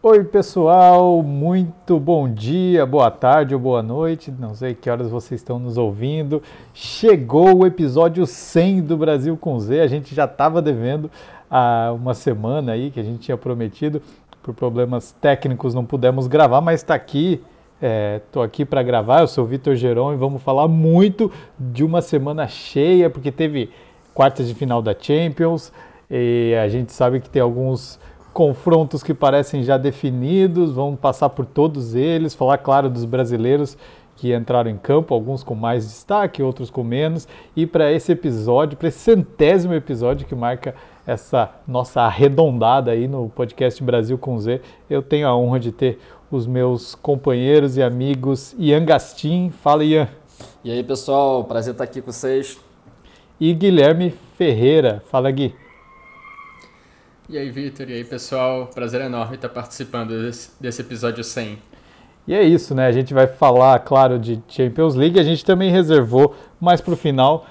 Oi pessoal, muito bom dia, boa tarde ou boa noite, não sei que horas vocês estão nos ouvindo. Chegou o episódio 100 do Brasil com Z, a gente já estava devendo há uma semana aí que a gente tinha prometido, por problemas técnicos não pudemos gravar, mas está aqui, estou aqui para gravar, eu sou o Vitor Geron e vamos falar muito de uma semana cheia, porque teve quartas de final da Champions e a gente sabe que tem alguns confrontos que parecem já definidos, vamos passar por todos eles, falar, claro, dos brasileiros que entraram em campo, alguns com mais destaque, outros com menos, e para esse episódio, para esse 100º episódio que marca essa nossa arredondada aí no podcast Brasil com Z, eu tenho a honra de ter os meus companheiros e amigos Ian Gastin. Fala, Ian. E aí, pessoal, prazer estar aqui com vocês. E Guilherme Ferreira. Fala, Gui. E aí, Vitor, e aí, pessoal, prazer enorme estar participando desse episódio 100. E é isso, né? A gente vai falar, claro, de Champions League. A gente também reservou mais para o final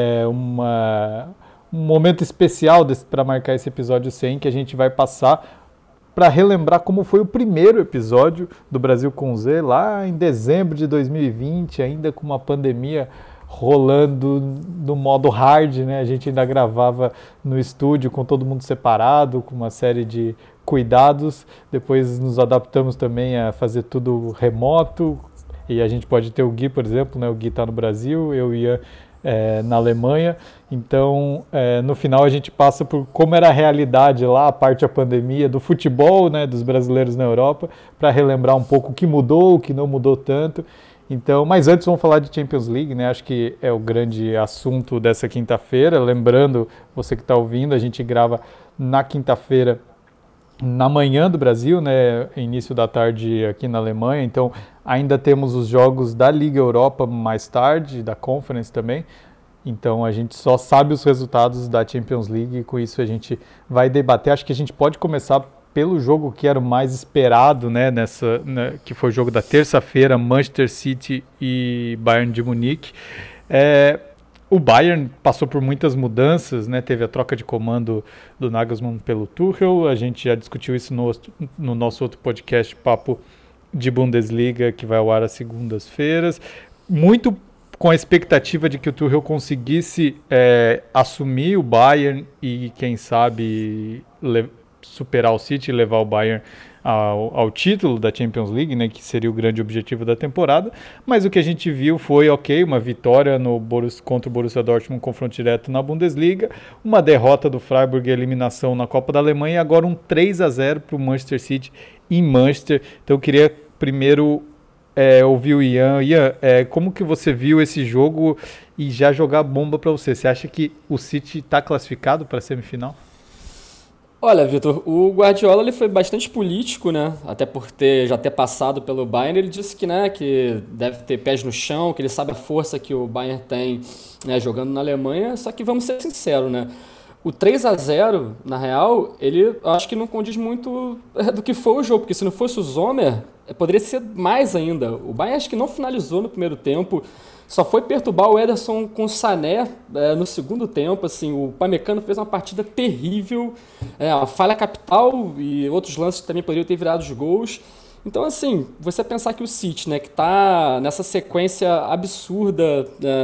um momento especial para marcar esse episódio 100, que a gente vai passar para relembrar como foi o primeiro episódio do Brasil com Z, lá em dezembro de 2020, ainda com uma pandemia rolando no modo hard, né? A gente ainda gravava no estúdio com todo mundo separado, com uma série de cuidados. Depois nos adaptamos também a fazer tudo remoto. E a gente pode ter o Gui, por exemplo, né? O Gui está no Brasil, eu ia na Alemanha. Então, no final a gente passa por como era a realidade lá, a parte da pandemia, do futebol, né? Dos brasileiros na Europa, para relembrar um pouco o que mudou, o que não mudou tanto. Então, mas antes vamos falar de Champions League, né? Acho que é o grande assunto dessa quinta-feira. Lembrando, você que está ouvindo, a gente grava na quinta-feira, na manhã do Brasil, né? Início da tarde aqui na Alemanha. Então, ainda temos os jogos da Liga Europa mais tarde, da Conference também. Então, a gente só sabe os resultados da Champions League e com isso a gente vai debater. Acho que a gente pode começar pelo jogo que era o mais esperado, né, que foi o jogo da terça-feira, Manchester City e Bayern de Munique. O Bayern passou por muitas mudanças, né, teve a troca de comando do Nagelsmann pelo Tuchel, a gente já discutiu isso no nosso outro podcast, Papo de Bundesliga, que vai ao ar às segundas-feiras, muito com a expectativa de que o Tuchel conseguisse assumir o Bayern e, quem sabe, superar o City e levar o Bayern ao título da Champions League, né, que seria o grande objetivo da temporada, mas o que a gente viu foi, uma vitória contra o Borussia Dortmund, um confronto direto na Bundesliga, uma derrota do Freiburg e eliminação na Copa da Alemanha, e agora um 3-0 para o Manchester City em Manchester. Então eu queria primeiro ouvir o Ian. Ian, como que você viu esse jogo e já jogar bomba para você? Você acha que o City está classificado para a semifinal? Olha, Vitor, o Guardiola ele foi bastante político, né? Até por já ter passado pelo Bayern, ele disse que, né, que deve ter pés no chão, que ele sabe a força que o Bayern tem, né, jogando na Alemanha, só que vamos ser sinceros, né? O 3-0, na real, ele acho que não condiz muito do que foi o jogo, porque se não fosse o Sommer, poderia ser mais ainda. O Bayern acho que não finalizou no primeiro tempo, só foi perturbar o Ederson com o Sané no segundo tempo. Assim, o Upamecano fez uma partida terrível, uma falha capital e outros lances que também poderiam ter virado os gols. Então, assim, você pensar que o City, né, que está nessa sequência absurda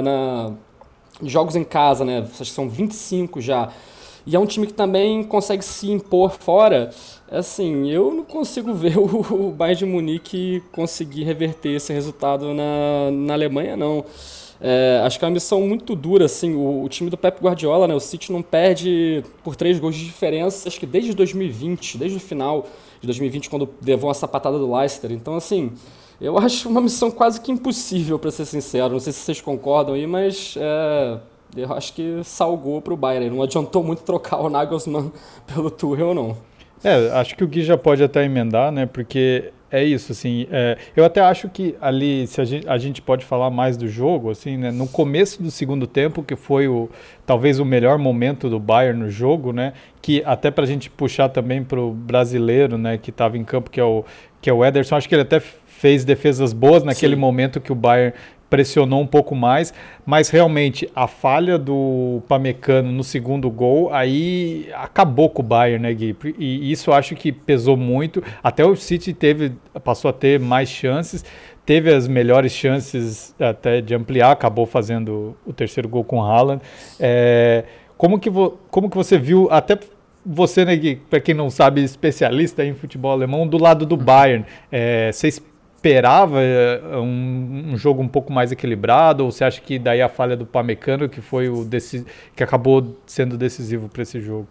de jogos em casa, né, acho que são 25 já, e é um time que também consegue se impor fora, assim, eu não consigo ver o Bayern de Munique conseguir reverter esse resultado na Alemanha, não. Acho que é uma missão muito dura, assim, o time do Pep Guardiola, né, o City não perde por 3 gols de diferença, acho que desde 2020, desde o final de 2020, quando levou uma sapatada do Leicester. Então, assim, eu acho uma missão quase que impossível, para ser sincero. Não sei se vocês concordam aí, mas eu acho que salgou para o Bayern. Não adiantou muito trocar o Nagelsmann pelo Tuchel, não. Acho que o Gui já pode até emendar, né? Porque é isso, assim. Eu até acho que ali, se a gente pode falar mais do jogo, assim, né? No começo do segundo tempo, que foi talvez o melhor momento do Bayern no jogo, né? Que até para a gente puxar também para o brasileiro, né? Que estava em campo, que é o Ederson. Acho que ele até fez defesas boas naquele momento que o Bayern pressionou um pouco mais, mas realmente a falha do Upamecano no segundo gol aí acabou com o Bayern, né, Gui? E isso eu acho que pesou muito. Até o City passou a ter mais chances, teve as melhores chances até de ampliar, acabou fazendo o terceiro gol com o Haaland. Como que você viu, até você, né, Gui, para quem não sabe, especialista em futebol alemão, do lado do Bayern, você esperava um jogo um pouco mais equilibrado, ou você acha que daí a falha do Upamecano que foi que acabou sendo decisivo para esse jogo?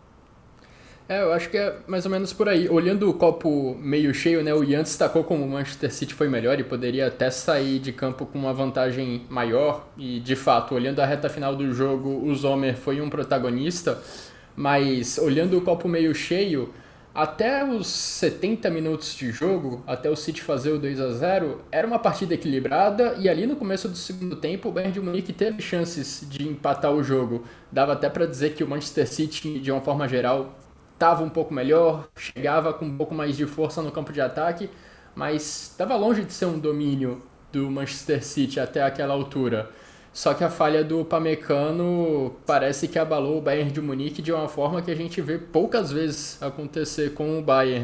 Eu acho que é mais ou menos por aí. Olhando o copo meio cheio, né, o Ian destacou como o Manchester City foi melhor e poderia até sair de campo com uma vantagem maior. E, de fato, olhando a reta final do jogo, o Sommer foi um protagonista. Mas, olhando o copo meio cheio, até os 70 minutos de jogo, até o City fazer o 2-0, era uma partida equilibrada e ali no começo do segundo tempo o Bayern de Munique teve chances de empatar o jogo. Dava até para dizer que o Manchester City, de uma forma geral, estava um pouco melhor, chegava com um pouco mais de força no campo de ataque, mas estava longe de ser um domínio do Manchester City até aquela altura. Só que a falha do Upamecano parece que abalou o Bayern de Munique de uma forma que a gente vê poucas vezes acontecer com o Bayern.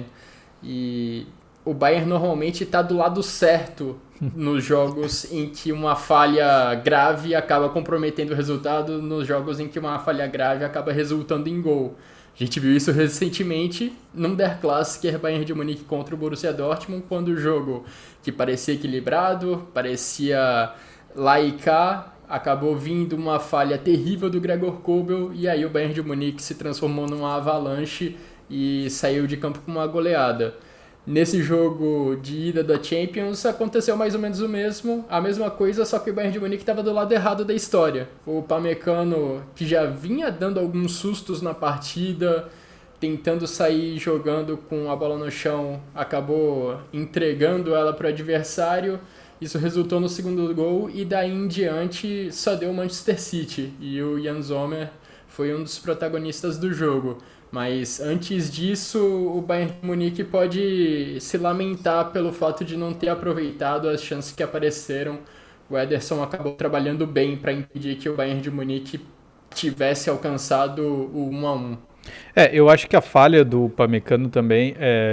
E o Bayern normalmente está do lado certo nos jogos em que uma falha grave acaba comprometendo o resultado, nos jogos em que uma falha grave acaba resultando em gol. A gente viu isso recentemente num Der Klassiker Bayern de Munique contra o Borussia Dortmund, quando o jogo que parecia equilibrado, parecia lá e cá, acabou vindo uma falha terrível do Gregor Kobel e aí o Bayern de Munique se transformou numa avalanche e saiu de campo com uma goleada. Nesse jogo de ida da Champions aconteceu mais ou menos a mesma coisa, só que o Bayern de Munique estava do lado errado da história. O Upamecano, que já vinha dando alguns sustos na partida, tentando sair jogando com a bola no chão, acabou entregando ela para o adversário. Isso resultou no segundo gol e daí em diante só deu o Manchester City e o Jan Sommer foi um dos protagonistas do jogo. Mas antes disso, o Bayern de Munique pode se lamentar pelo fato de não ter aproveitado as chances que apareceram. O Ederson acabou trabalhando bem para impedir que o Bayern de Munique tivesse alcançado o 1-1. Eu acho que a falha do Upamecano também,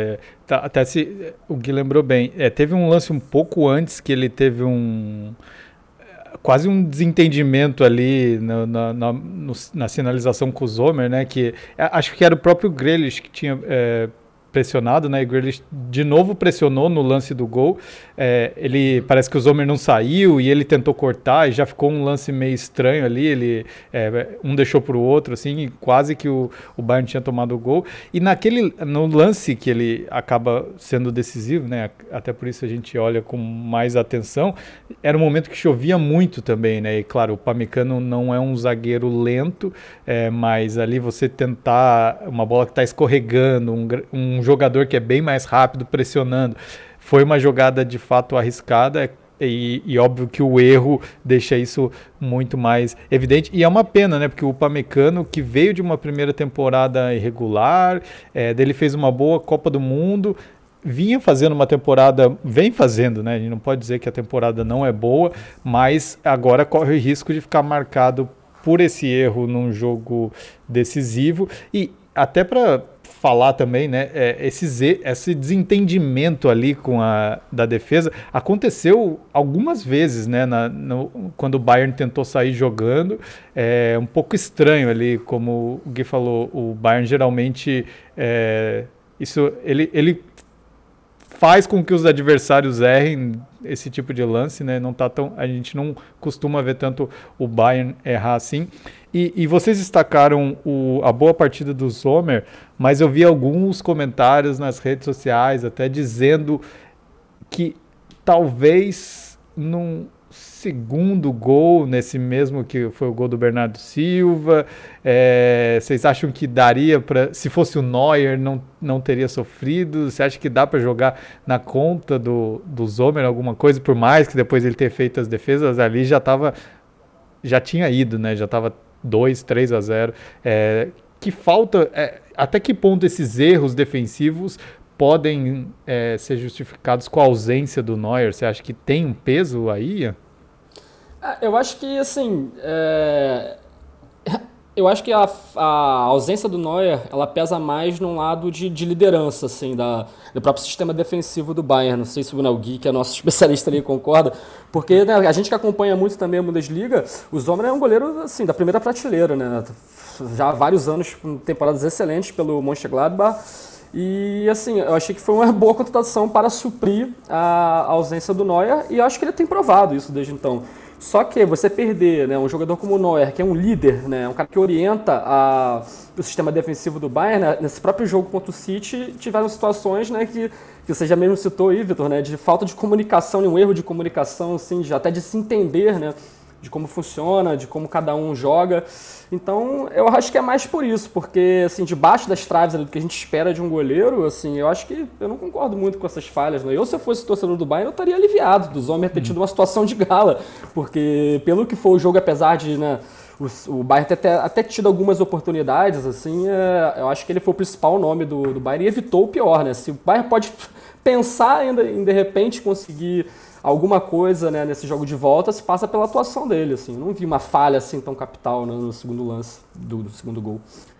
até se o Gui lembrou bem, teve um lance um pouco antes que ele teve quase um desentendimento ali na sinalização com o Sommer, né, que acho que era o próprio Grealish que tinha pressionado, né, e o Grealish de novo pressionou no lance do gol, ele parece que o Sommer não saiu e ele tentou cortar e já ficou um lance meio estranho ali, ele um deixou para o outro, assim, quase que o Bayern tinha tomado o gol, e no lance que ele acaba sendo decisivo, né, até por isso a gente olha com mais atenção, era um momento que chovia muito também, né, e claro, o Upamecano não é um zagueiro lento, mas ali você tentar uma bola que está escorregando, um jogador que é bem mais rápido pressionando, foi uma jogada de fato arriscada e óbvio que o erro deixa isso muito mais evidente e é uma pena, né, porque o Upamecano que veio de uma primeira temporada irregular, dele fez uma boa Copa do Mundo, vem fazendo, né, a gente não pode dizer que a temporada não é boa, mas agora corre o risco de ficar marcado por esse erro num jogo decisivo e até para falar também, né, esse desentendimento ali da defesa aconteceu algumas vezes, né, quando o Bayern tentou sair jogando, um pouco estranho ali, como o Gui falou, o Bayern geralmente ele faz com que os adversários errem esse tipo de lance, né? A gente não costuma ver tanto o Bayern errar assim. E vocês destacaram a boa partida do Sommer, mas eu vi alguns comentários nas redes sociais até dizendo que talvez num segundo gol, nesse mesmo que foi o gol do Bernardo Silva, vocês acham que daria para, se fosse o Neuer, não teria sofrido? Você acha que dá para jogar na conta do Sommer alguma coisa, por mais que depois ele ter feito as defesas ali já tinha ido, né? Já estava 2-3-0. Que falta, até que ponto esses erros defensivos podem ser justificados com a ausência do Neuer? Você acha que tem um peso aí? Eu acho que, assim, eu acho que a ausência do Neuer, ela pesa mais num lado de liderança, assim, do próprio sistema defensivo do Bayern. Não sei se o Gui, que é nosso especialista ali, concorda, porque né, a gente que acompanha muito também a Bundesliga, o Sommer é um goleiro, assim, da primeira prateleira, né? Já há vários anos, com temporadas excelentes pelo Mönchengladbach. E, assim, eu achei que foi uma boa contratação para suprir a ausência do Neuer, e eu acho que ele tem provado isso desde então. Só que você perder, né, um jogador como o Neuer, que é um líder, né, um cara que orienta o sistema defensivo do Bayern, né, nesse próprio jogo contra o City, tiveram situações, né, que você já mesmo citou aí, Vitor, né, de falta de comunicação, um erro de comunicação, assim, até de se entender, né, de como funciona, de como cada um joga. Então, eu acho que é mais por isso, porque, assim, debaixo das traves ali, do que a gente espera de um goleiro, assim, eu acho que eu não concordo muito com essas falhas, né? Eu, se eu fosse torcedor do Bayern, eu estaria aliviado do Sommer ter tido uma situação de gala, porque pelo que foi o jogo, apesar de, né, o Bayern ter até tido algumas oportunidades, assim, eu acho que ele foi o principal nome do Bayern e evitou o pior, né? Se o Bayern pode pensar ainda em, de repente, conseguir alguma coisa, né, nesse jogo de volta, se passa pela atuação dele, assim. Eu não vi uma falha assim tão capital, né, no segundo lance do segundo gol.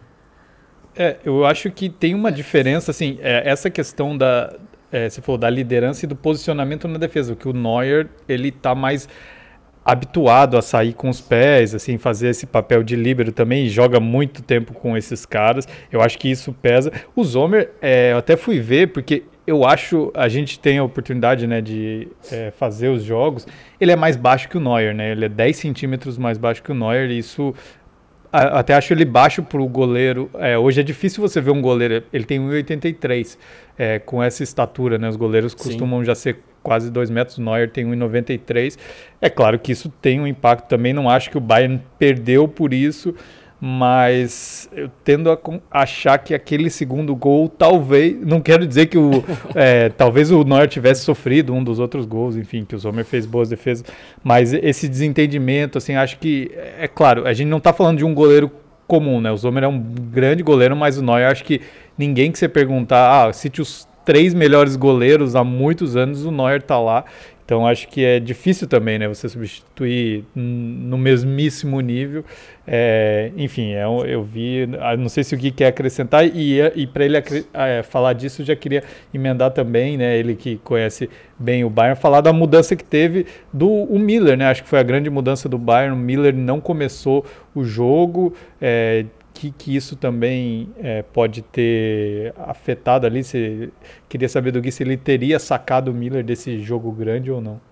Eu acho que tem uma diferença, assim, essa questão você falou, da liderança e do posicionamento na defesa, que o Neuer, ele tá mais habituado a sair com os pés, assim, fazer esse papel de líbero também, e joga muito tempo com esses caras. Eu acho que isso pesa. O Sommer, eu até fui ver, porque eu acho, a gente tem a oportunidade, né, de fazer os jogos, ele é mais baixo que o Neuer, né, ele é 10 centímetros mais baixo que o Neuer, e isso até acho ele baixo para o goleiro. Hoje é difícil você ver um goleiro, ele tem 1,83 com essa estatura, né? Os goleiros costumam já ser quase 2 metros, o Neuer tem 1,93. É claro que isso tem um impacto também, não acho que o Bayern perdeu por isso, mas eu tendo a achar que aquele segundo gol, talvez, não quero dizer que talvez o Neuer tivesse sofrido um dos outros gols, enfim, que o Sommer fez boas defesas, mas esse desentendimento, assim, acho que, é claro, a gente não está falando de um goleiro comum, né? O Sommer é um grande goleiro, mas o Neuer, acho que ninguém que você perguntar, cite os 3 melhores goleiros há muitos anos, o Neuer tá lá. Então acho que é difícil também, né, você substituir no mesmíssimo nível. Enfim, eu vi, não sei se o Gui quer acrescentar, e para ele falar disso, eu já queria emendar também, né, ele que conhece bem o Bayern, falar da mudança que teve o Müller, né, acho que foi a grande mudança do Bayern. O Müller não começou o jogo, que isso também pode ter afetado ali. Queria saber do Gui se ele teria sacado o Müller desse jogo grande ou não.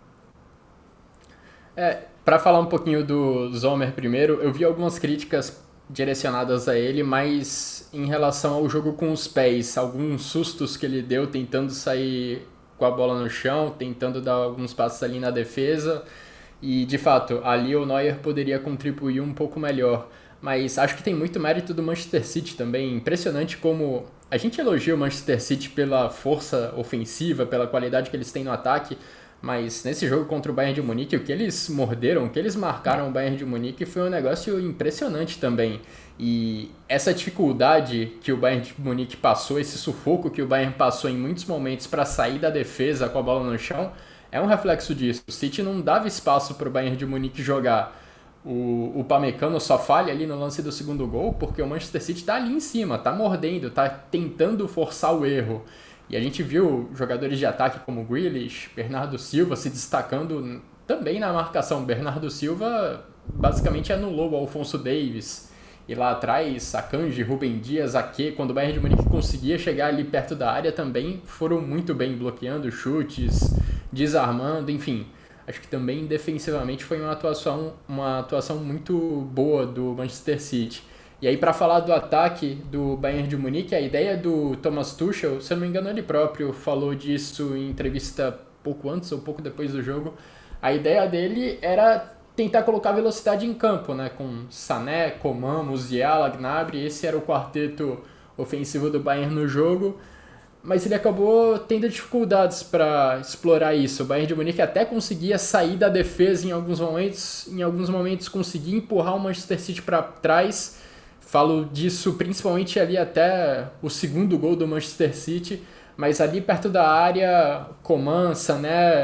Para falar um pouquinho do Sommer primeiro, eu vi algumas críticas direcionadas a ele, mas em relação ao jogo com os pés, alguns sustos que ele deu tentando sair com a bola no chão, tentando dar alguns passos ali na defesa, e de fato, ali o Neuer poderia contribuir um pouco melhor. Mas acho que tem muito mérito do Manchester City também. Impressionante como a gente elogia o Manchester City pela força ofensiva, pela qualidade que eles têm no ataque, mas nesse jogo contra o Bayern de Munique, o que eles morderam, o que eles marcaram o Bayern de Munique foi um negócio impressionante também. E essa dificuldade que o Bayern de Munique passou, esse sufoco que o Bayern passou em muitos momentos para sair da defesa com a bola no chão, é um reflexo disso. O City não dava espaço para o Bayern de Munique jogar. O Upamecano só falha ali no lance do segundo gol porque o Manchester City está ali em cima, está mordendo, está tentando forçar o erro. E a gente viu jogadores de ataque como Grealish, Bernardo Silva se destacando também na marcação. Bernardo Silva basicamente anulou o Alphonso Davies. E lá atrás, Akanji, Rúben Dias, Ake, quando o Bayern de Munique conseguia chegar ali perto da área também foram muito bem, bloqueando chutes, desarmando, enfim. Acho que também defensivamente foi uma atuação muito boa do Manchester City. E aí, para falar do ataque do Bayern de Munique, a ideia do Thomas Tuchel, se eu não me engano, ele próprio falou disso em entrevista pouco antes ou pouco depois do jogo. A ideia dele era tentar colocar velocidade em campo, né? Com Sané, Coman, Musiala, Gnabry, esse era o quarteto ofensivo do Bayern no jogo. Mas ele acabou tendo dificuldades para explorar isso. O Bayern de Munique até conseguia sair da defesa em alguns momentos conseguia empurrar o Manchester City para trás. Falo disso principalmente ali até o segundo gol do Manchester City, mas ali perto da área, Coman, Sané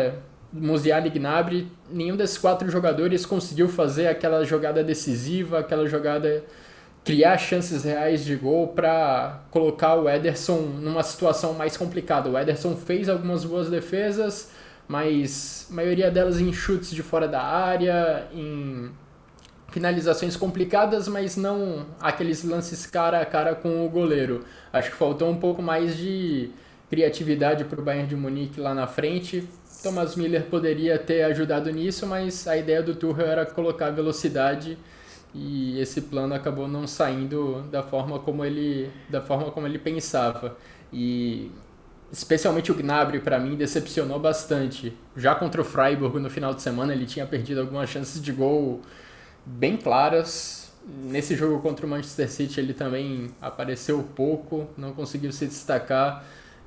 Musiala e Gnabry, nenhum desses 4 jogadores conseguiu fazer aquela jogada decisiva, aquela jogada, criar chances reais de gol para colocar o Ederson numa situação mais complicada. O Ederson fez algumas boas defesas, mas a maioria delas em chutes de fora da área, em finalizações complicadas, mas não aqueles lances cara a cara com o goleiro. Acho que faltou um pouco mais de criatividade para o Bayern de Munique lá na frente. Thomas Müller poderia ter ajudado nisso, mas a ideia do Tuchel era colocar velocidade e esse plano acabou não saindo da forma como ele pensava. E especialmente o Gnabry, para mim, decepcionou bastante. Já contra o Freiburg no final de semana, ele tinha perdido algumas chances de gol bem claras. Nesse jogo contra o Manchester City ele também apareceu pouco, não conseguiu se destacar.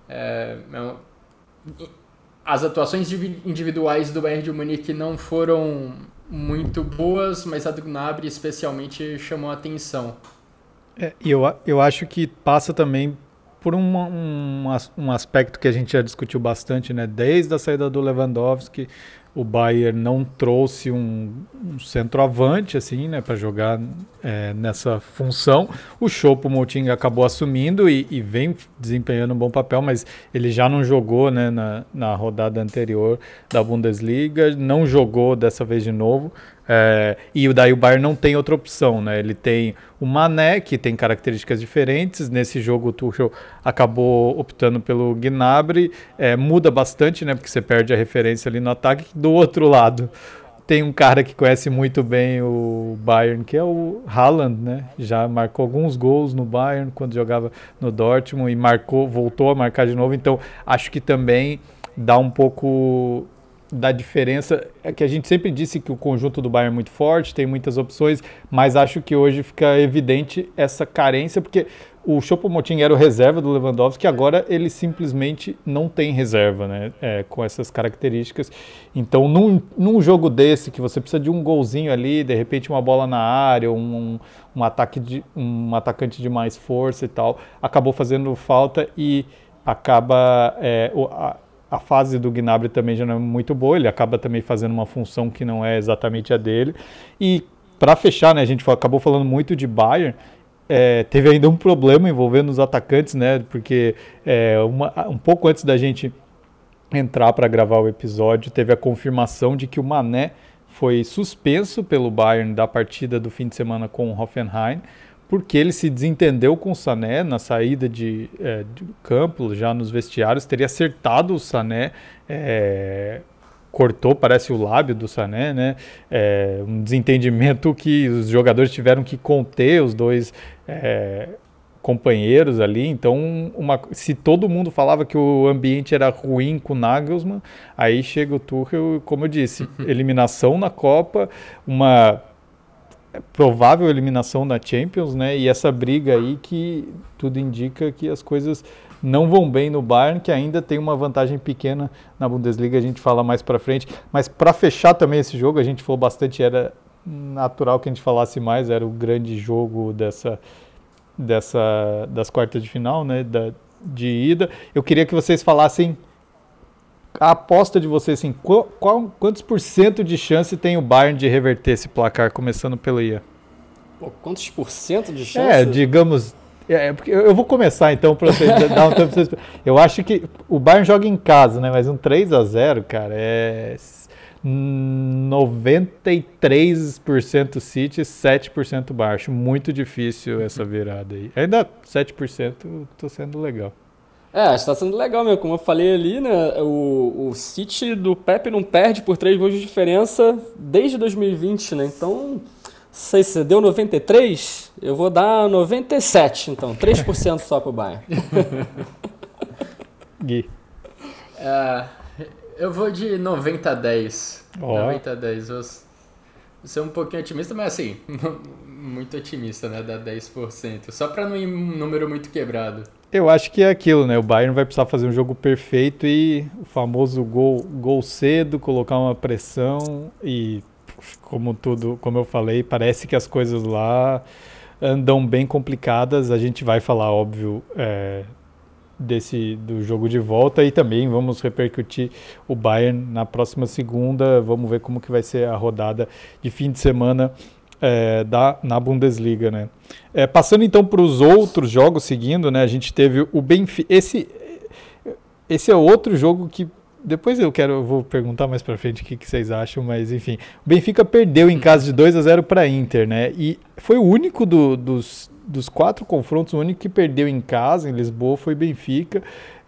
As atuações individuais do Bayern de Munique não foram muito boas, mas a do Gnabry especialmente chamou a atenção. E eu acho que passa também por um aspecto que a gente já discutiu bastante, né? Desde a saída do Lewandowski, o Bayern não trouxe um centroavante assim, né, para jogar nessa função. O Choupo-Moting acabou assumindo e vem desempenhando um bom papel, mas ele já não jogou, né, na rodada anterior da Bundesliga, não jogou dessa vez de novo. E daí o Bayern não tem outra opção, né? Ele tem o Mané, que tem características diferentes. Nesse jogo o Tuchel acabou optando pelo Gnabry. Muda bastante, né? Porque você perde a referência ali no ataque. Do outro lado tem um cara que conhece muito bem o Bayern, que é o Haaland, né? Já marcou alguns gols no Bayern quando jogava no Dortmund e voltou a marcar de novo. Então acho que também dá um pouco da diferença. É que a gente sempre disse que o conjunto do Bayern é muito forte, tem muitas opções, mas acho que hoje fica evidente essa carência, porque o Choupo-Moting era o reserva do Lewandowski, agora ele simplesmente não tem reserva, né? Com essas características. Então, num jogo desse, que você precisa de um golzinho ali, de repente uma bola na área, um atacante de mais força e tal, acabou fazendo falta e acaba... A fase do Gnabry também já não é muito boa, ele acaba também fazendo uma função que não é exatamente a dele. E para fechar, né, a gente acabou falando muito de Bayern, teve ainda um problema envolvendo os atacantes, né, porque um pouco antes da gente entrar para gravar o episódio, teve a confirmação de que o Mané foi suspenso pelo Bayern da partida do fim de semana com o Hoffenheim, porque ele se desentendeu com o Sané na saída de campo, já nos vestiários, teria acertado o Sané, cortou, parece, o lábio do Sané, né? Um desentendimento que os jogadores tiveram que conter, os dois companheiros ali. Então, se todo mundo falava que o ambiente era ruim com o Nagelsmann, aí chega o Tuchel, como eu disse, eliminação na Copa, uma provável eliminação da Champions, né? E essa briga aí que tudo indica que as coisas não vão bem no Bayern, que ainda tem uma vantagem pequena na Bundesliga, a gente fala mais pra frente. Mas para fechar também esse jogo, a gente falou bastante, era natural que a gente falasse mais, era o grande jogo das quartas de final, né? De ida. Eu queria que vocês falassem a aposta de vocês, assim, quantos % de chance tem o Bayern de reverter esse placar, começando pelo Ian? Quantos % de chance? Digamos... porque eu vou começar, então, para vocês dar um tempo. Eu acho que o Bayern joga em casa, né? Mas um 3-0, cara, 93% City, 7% Bayern. Acho muito difícil essa virada aí. Ainda 7%, tô sendo legal. Está sendo legal mesmo. Como eu falei ali, né? O City do Pepe não perde por 3 gols de diferença desde 2020, né? Então, sei se deu 93, eu vou dar 97, então. 3% só pro Bayern. Gui. Eu vou de 90-10. Oh. 90-10. Vou ser um pouquinho otimista, mas assim, muito otimista, né? Dá 10%. Só para não ir um número muito quebrado. Eu acho que é aquilo, né? O Bayern vai precisar fazer um jogo perfeito e o famoso gol cedo, colocar uma pressão e, como eu falei, parece que as coisas lá andam bem complicadas. A gente vai falar, óbvio, do jogo de volta, e também vamos repercutir o Bayern na próxima segunda. Vamos ver como que vai ser a rodada de fim de semana na Bundesliga, né? Passando então para os outros jogos, seguindo, né? A gente teve o Benfica. Esse é outro jogo que depois eu vou perguntar mais pra frente o que vocês acham, mas enfim. O Benfica perdeu em casa de 2-0 para a Inter, né? E foi o único dos 4 confrontos, o único que perdeu em casa, em Lisboa, foi o Benfica.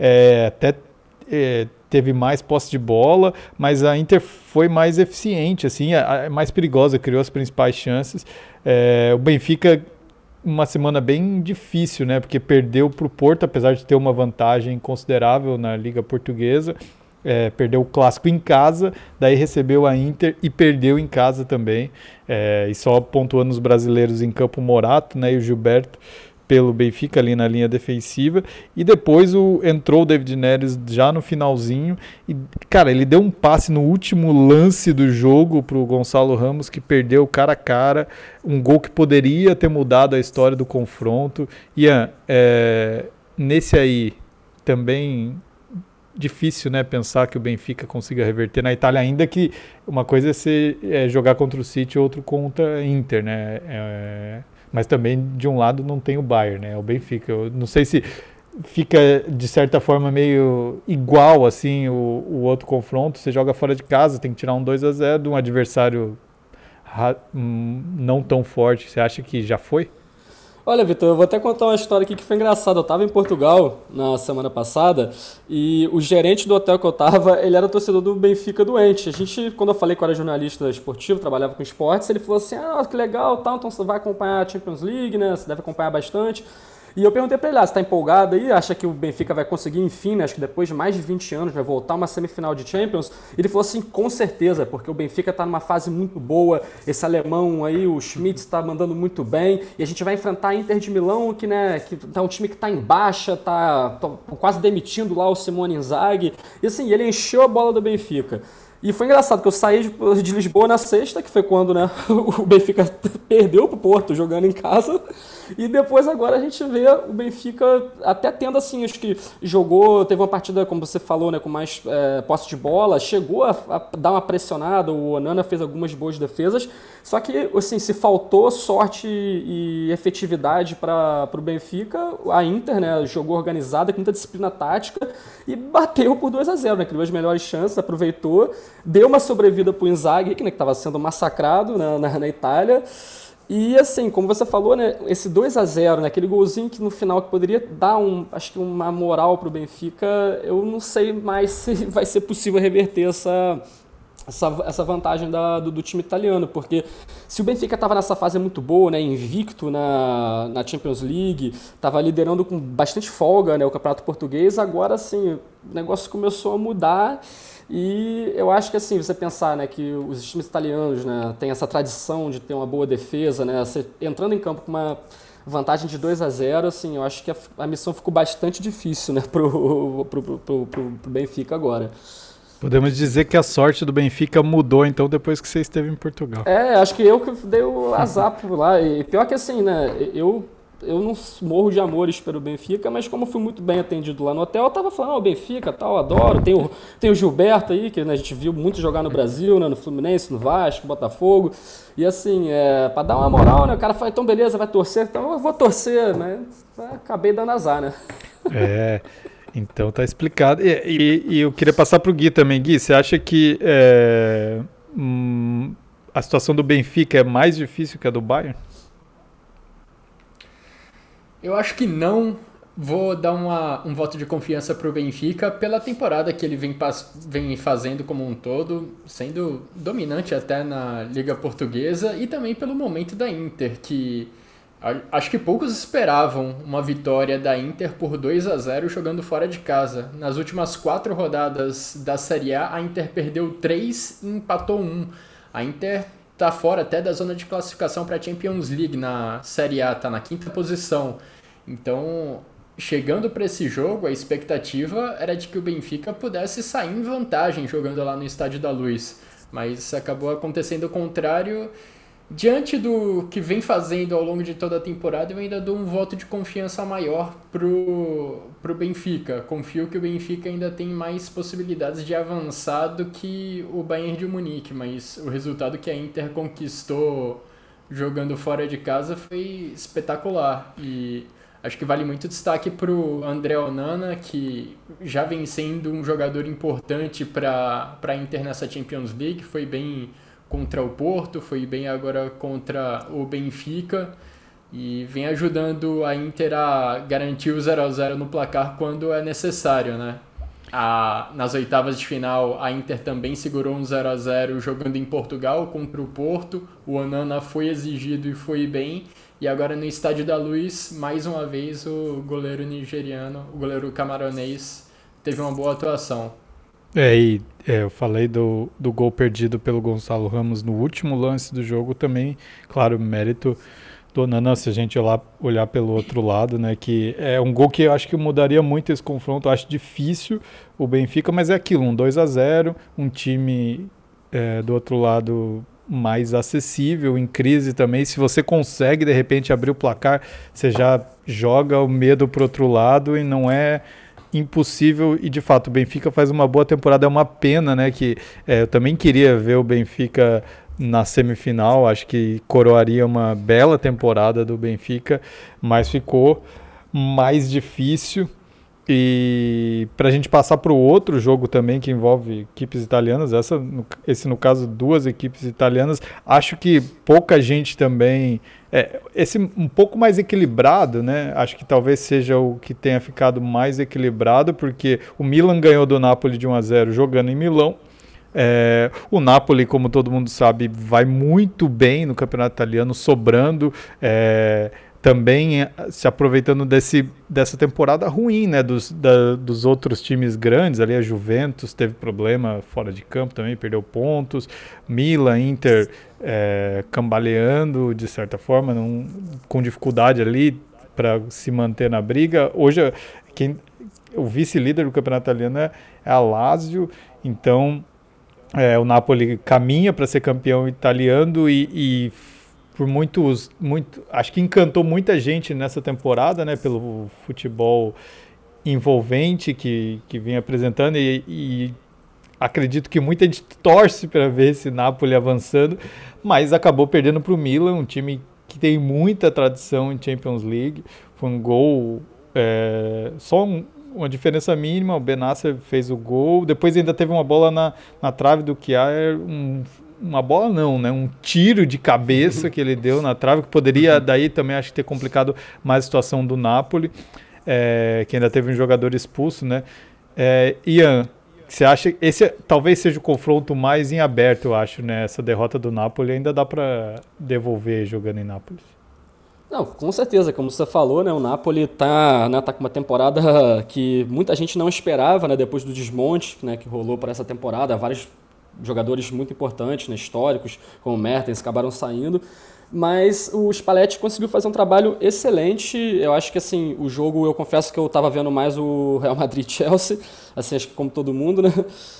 Teve mais posse de bola, mas a Inter foi mais eficiente, assim, mais perigosa, criou as principais chances. O Benfica, uma semana bem difícil, né? Porque perdeu para o Porto, apesar de ter uma vantagem considerável na Liga Portuguesa. Perdeu o clássico em casa, daí recebeu a Inter e perdeu em casa também. E só pontuando os brasileiros em campo, Morato, né, e o Gilberto pelo Benfica ali na linha defensiva. E depois entrou o David Neres já no finalzinho. E, cara, ele deu um passe no último lance do jogo para o Gonçalo Ramos, que perdeu cara a cara. Um gol que poderia ter mudado a história do confronto. Ian, nesse aí também difícil, né, pensar que o Benfica consiga reverter na Itália, ainda que uma coisa é jogar contra o City, outro contra a Inter, né? Mas também de um lado não tem o Bayern, né? O Benfica. Eu não sei se fica de certa forma meio igual assim o outro confronto. Você joga fora de casa, tem que tirar um 2-0 de um adversário não tão forte. Você acha que já foi? Olha, Vitor, eu vou até contar uma história aqui que foi engraçada. Eu estava em Portugal na semana passada e o gerente do hotel que eu estava, ele era torcedor do Benfica doente. Quando eu falei que eu era jornalista esportivo, trabalhava com esportes, ele falou assim, que legal, tá, então você vai acompanhar a Champions League, né? Você deve acompanhar bastante. E eu perguntei pra ele, você tá empolgado aí? Acha que o Benfica vai conseguir, enfim, né? Acho que depois de mais de 20 anos vai voltar uma semifinal de Champions? E ele falou assim, com certeza, porque o Benfica tá numa fase muito boa, esse alemão aí, o Schmitz, tá mandando muito bem, e a gente vai enfrentar a Inter de Milão, que tá um time que tá em baixa, tá quase demitindo lá o Simone Inzaghi. E assim, ele encheu a bola do Benfica. E foi engraçado que eu saí de Lisboa na sexta, que foi quando, né, o Benfica perdeu pro Porto jogando em casa. E depois agora a gente vê o Benfica até tendo assim, acho que teve uma partida, como você falou, né, com mais posse de bola, chegou a dar uma pressionada, o Onana fez algumas boas defesas, só que assim, se faltou sorte e efetividade para o Benfica, a Inter, né, jogou organizada, com muita disciplina tática e bateu por 2-0, né, criou as melhores chances, aproveitou, deu uma sobrevida para o Inzaghi, que estava sendo massacrado na Itália. E assim, como você falou, né, esse 2-0, né, aquele golzinho que no final que poderia dar acho que uma moral para o Benfica, eu não sei mais se vai ser possível reverter essa vantagem do time italiano, porque se o Benfica estava nessa fase muito boa, né, invicto na Champions League, estava liderando com bastante folga, né, o Campeonato Português, agora assim, o negócio começou a mudar. E eu acho que assim, você pensar, né, que os times italianos, né, têm essa tradição de ter uma boa defesa, né, você entrando em campo com uma vantagem de 2-0, assim, eu acho que a missão ficou bastante difícil, né, pro Benfica agora. Podemos dizer que a sorte do Benfica mudou, então, depois que você esteve em Portugal. Acho que eu que dei o azar por lá. E pior que assim, né, eu não morro de amores pelo Benfica, mas como fui muito bem atendido lá no hotel, eu tava falando, o Benfica, tal, adoro. Tem o Gilberto aí, que, né, a gente viu muito jogar no Brasil, né, no Fluminense, no Vasco, Botafogo. E assim, pra dar uma moral, né, o cara fala, então beleza, vai torcer, então eu vou torcer, né? Acabei dando azar, né? Então tá explicado. E eu queria passar pro Gui também. Gui, você acha que a situação do Benfica é mais difícil que a do Bayern? Eu acho que não. Vou dar um voto de confiança para o Benfica pela temporada que ele vem fazendo como um todo, sendo dominante até na Liga Portuguesa, e também pelo momento da Inter, que acho que poucos esperavam uma vitória da Inter por 2-0 jogando fora de casa. Nas últimas 4 rodadas da Série A, a Inter perdeu 3 e empatou 1. A Inter está fora até da zona de classificação para a Champions League na Série A, está na 5ª posição. Então, chegando para esse jogo, a expectativa era de que o Benfica pudesse sair em vantagem jogando lá no Estádio da Luz. Mas acabou acontecendo o contrário. Diante do que vem fazendo ao longo de toda a temporada, eu ainda dou um voto de confiança maior pro Benfica. Confio que o Benfica ainda tem mais possibilidades de avançar do que o Bayern de Munique, mas o resultado que a Inter conquistou jogando fora de casa foi espetacular. E acho que vale muito destaque pro André Onana, que já vem sendo um jogador importante para a Inter nessa Champions League, foi bem contra o Porto, foi bem agora contra o Benfica e vem ajudando a Inter a garantir o 0-0 no placar quando é necessário, né? Nas oitavas de final, a Inter também segurou um 0-0 jogando em Portugal contra o Porto. O Onana foi exigido e foi bem. E agora no Estádio da Luz, mais uma vez, o goleiro nigeriano, o goleiro camaronês, teve uma boa atuação. Eu falei do gol perdido pelo Gonçalo Ramos no último lance do jogo também, claro, mérito do Onana, se a gente olhar pelo outro lado, né, que é um gol que eu acho que mudaria muito esse confronto, eu acho difícil o Benfica, mas é aquilo, um 2-0, um time do outro lado mais acessível, em crise também, se você consegue de repente abrir o placar, você já joga o medo pro outro lado e não é impossível, e de fato o Benfica faz uma boa temporada, é uma pena, né, que eu também queria ver o Benfica na semifinal, acho que coroaria uma bela temporada do Benfica, mas ficou mais difícil. E para a gente passar para o outro jogo também que envolve equipes italianas, esse no caso duas equipes italianas, acho que pouca gente também, esse um pouco mais equilibrado, né? Acho que talvez seja o que tenha ficado mais equilibrado, porque o Milan ganhou do Napoli de 1-0 jogando em Milão. O Napoli, como todo mundo sabe, vai muito bem no campeonato italiano, sobrando, também se aproveitando dessa temporada ruim, né, dos outros times grandes. Ali a Juventus teve problema fora de campo também, perdeu pontos, Milan, Inter cambaleando de certa forma, com dificuldade ali para se manter na briga. Hoje o vice-líder do campeonato italiano é a Lazio, então o Napoli caminha para ser campeão italiano e por acho que encantou muita gente nessa temporada, né, pelo futebol envolvente que vem apresentando e acredito que muita gente torce para ver esse Napoli avançando, mas acabou perdendo para o Milan, um time que tem muita tradição em Champions League. Foi um gol, só uma diferença mínima, o Benasser fez o gol, depois ainda teve uma bola na trave do Kjaer, uma bola não, né? Um tiro de cabeça que ele deu na trave, que poderia daí também acho que ter complicado mais a situação do Napoli, que ainda teve um jogador expulso, né? Ian, você acha que esse talvez seja o confronto mais em aberto, eu acho, né? Essa derrota do Napoli ainda dá para devolver jogando em Nápoles. Não, com certeza, como você falou, né, o Napoli tá com uma temporada que muita gente não esperava, né, depois do desmonte, né, que rolou para essa temporada. Vários jogadores muito importantes, né, históricos, como o Mertens, acabaram saindo, mas o Spalletti conseguiu fazer um trabalho excelente. Eu acho que assim, o jogo, eu confesso que eu estava vendo mais o Real Madrid-Chelsea, assim, acho que como todo mundo, né?